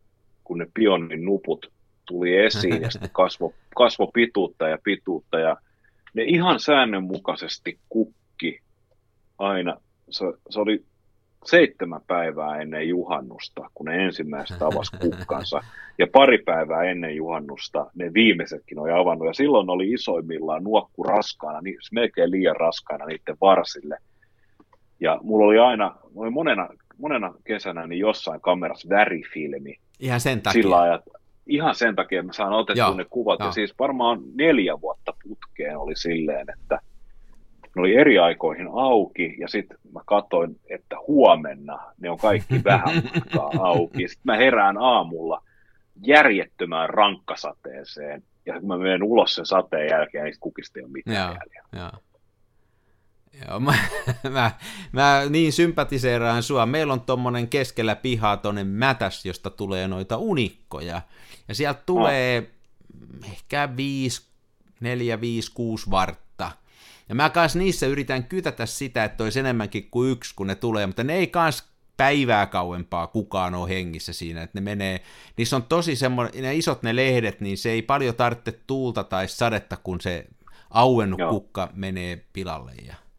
kun ne pionin nuput tuli esiin ja sitten kasvo pituutta ja ne ihan säännönmukaisesti kukki aina. Se oli 7 päivää ennen juhannusta, kun ne ensimmäiset avasi kukkansa, ja pari päivää ennen juhannusta ne viimeisetkin oli avannut, ja silloin oli isoimmillaan nuokku raskaana, melkein liian raskaana niiden varsille. Ja mulla oli monena kesänä niin jossain kamerassa värifilmi. Ihan sen takia. Ihan sen takia mä saan otettua ne kuvat, ja siis varmaan 4 vuotta putkeen oli silleen, että ne oli eri aikoihin auki, ja sitten mä katsoin, että huomenna ne on kaikki vähän matkaa auki. Sitten mä herään aamulla järjettömään rankkasateeseen, ja kun mä menen ulos sen sateen jälkeen, niin kukista ei ole mitään jäljellä. Joo, mä niin sympatiseeraan sua. Meillä on tommonen keskellä pihaa tonne mätäs, josta tulee noita unikkoja. Ja sieltä tulee ehkä 4, 5, 6 vartta. Ja mä kans niissä yritän kytätä sitä, että olisi enemmänkin kuin 1, kun ne tulee, mutta ne ei kans päivää kauempaa kukaan ole hengissä siinä, että ne menee, niissä on tosi semmoinen, ne isot ne lehdet, niin se ei paljon tarvitse tuulta tai sadetta, kun se auennut kukka menee pilalle.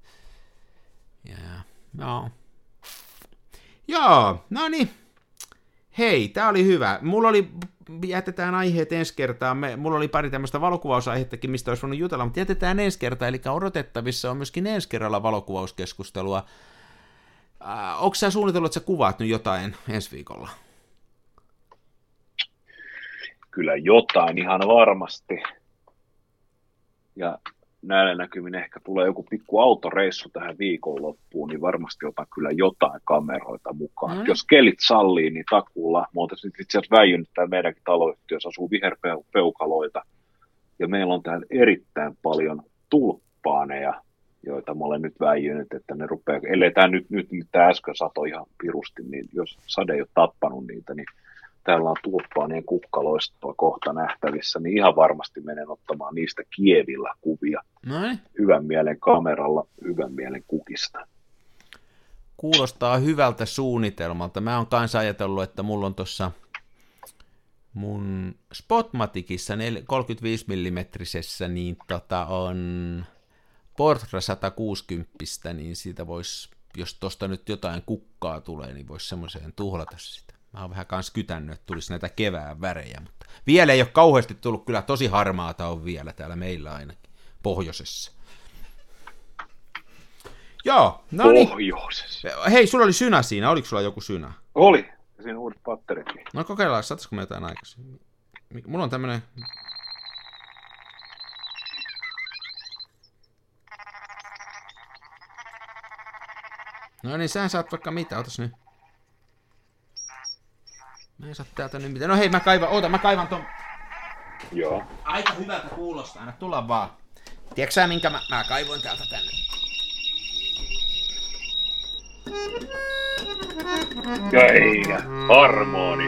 Joo, no niin. Hei, tää oli hyvä. Jätetään aiheet ensi kertaan. Mulla oli pari tämmöistä valokuvausaihettakin, mistä olisi voinut jutella, mutta jätetään ensi kertaan, eli odotettavissa on myöskin ensi kerralla valokuvauskeskustelua. Onko sä suunnitellut, että sä kuvaat nyt jotain ensi viikolla? Kyllä jotain ihan varmasti. Ja näillä näkymin ehkä tulee joku pikku autoreissu tähän viikonloppuun, niin varmasti otan kyllä jotain kameroita mukaan. Jos kelit sallii, niin takuulla. Mä oon itse asiassa väijynyt täällä meidänkin taloyhtiössä, asuu viherpeukaloita. Ja meillä on täällä erittäin paljon tulppaaneja, joita mä olen nyt väijynyt, että ne rupeaa, ellei tämä nyt tämä äsken sato ihan pirusti, niin jos sade ei ole tappanut niitä, niin täällä on tulppaanien kukkaloistoa kohta nähtävissä, niin ihan varmasti menen ottamaan niistä kievillä kuvia. Noin. Hyvän mielen kameralla, hyvän mielen kukista. Kuulostaa hyvältä suunnitelmalta. Mä oon kanssa ajatellut, että mulla on tuossa mun Spotmaticissa 35 mm, niin on Portra 160, niin siitä voisi, jos tuosta nyt jotain kukkaa tulee, niin voisi semmoiseen tuhlata sitä. Mä oon vähän kans kytännyt, että tulisi näitä kevään värejä, mutta vielä ei ole kauheasti tullut, kyllä tosi harmaata on vielä täällä meillä ainakin, pohjoisessa. Joo, no niin. Pohjoisessa. Hei, sulla oli synä siinä, oliko sulla joku synä? Oli, ja siinä uudet patteritkin. No kokeillaan, saataisiko me jotain aikaisemmin? Mulla on tämmönen... No niin, sä saat vaikka mitä, otas nyt. Mä en saa täältä nyt mitään. No hei, mä kaivan ton. Joo. Aika hyvältä kuulostaa, anna tulla vaan. Tiedätkö sä minkä mä kaivoin täältä tänne? Eikä, harmoni.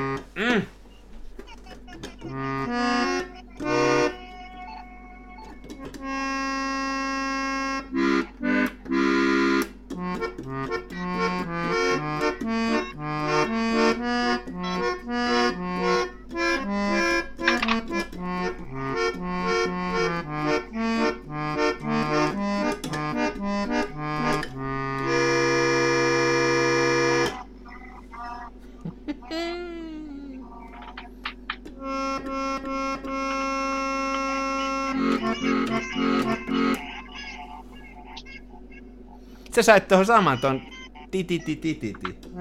Sä sait tohon saman ton ti.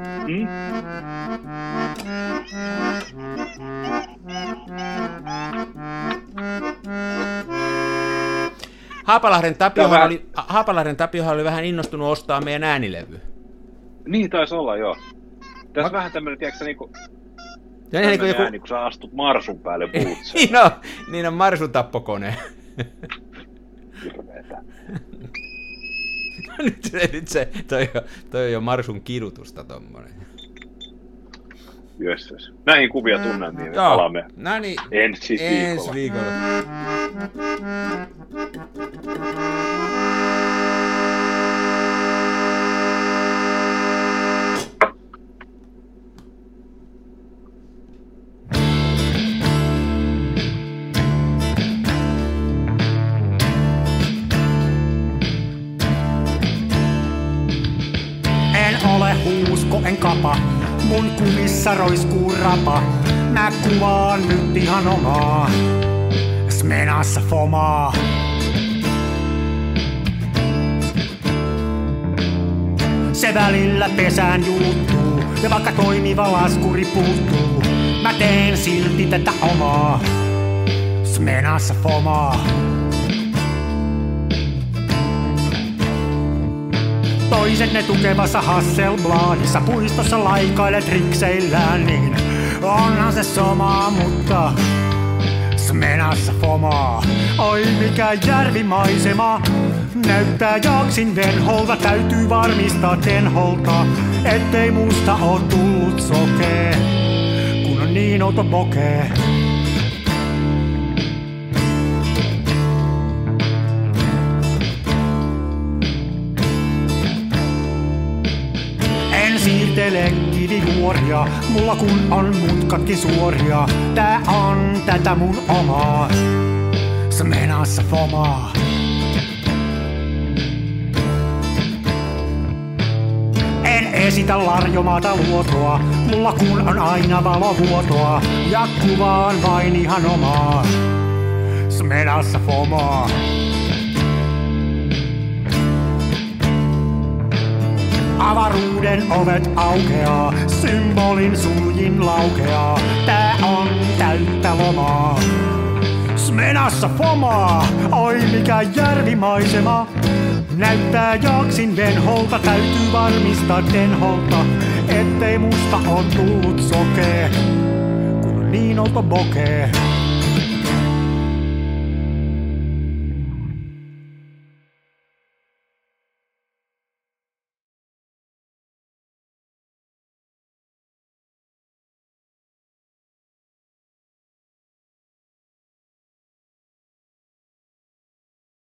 Haapalahden Tapiohan oli vähän innostunut ostaa meidän äänilevy. Niin taisi olla, joo. Tässä vähän tämmönen, tiedätkö niinku... Niin joku... ääni, kun sä astut marsun päälle puutse. niin on marsun tappokone. Hirveetä. nyt se, toi on jo marsun kidutusta tommonen. Jösses. Näihin kuvia tunnen, niin palaamme ensi viikolla. usko en kapa, mun kuvissa roiskuu rapa. Mä kuvaan nyt ihan omaa, Smenassa fomaa. Se välillä pesään juuttuu, ja vaikka toimiva laskuri puuttuu, mä teen silti tätä omaa, Smenassa fomaa. Toiset ne tukevassa Hasselbladissa puistossa laikailet rikseillään, niin onhan se somaa, mutta Smenassa fomaa. Oi mikä järvimaisema, näyttää jaksin venholta, täytyy varmistaa tenholta, ettei musta oo tullut sokee, kun on niin outo bokee. Siirtele kivijuoria, mulla kun on mutkatkin suoria. Tää on tätä mun omaa, Smenassa fomaa. En esitä larjomaata luotoa, mulla kun on aina valovuotoa. Ja kuvaan vain ihan omaa, Smenassa fomaa. Avaruuden ovet aukeaa, symbolin suljin laukeaa. Tää on täyttä lomaa, Smenassa fomaa. Oi mikä järvimaisema, näyttää jaksin venholta, täytyy varmistaa tenholta, ettei musta oo tullut sokee, kun on niin outo bokee.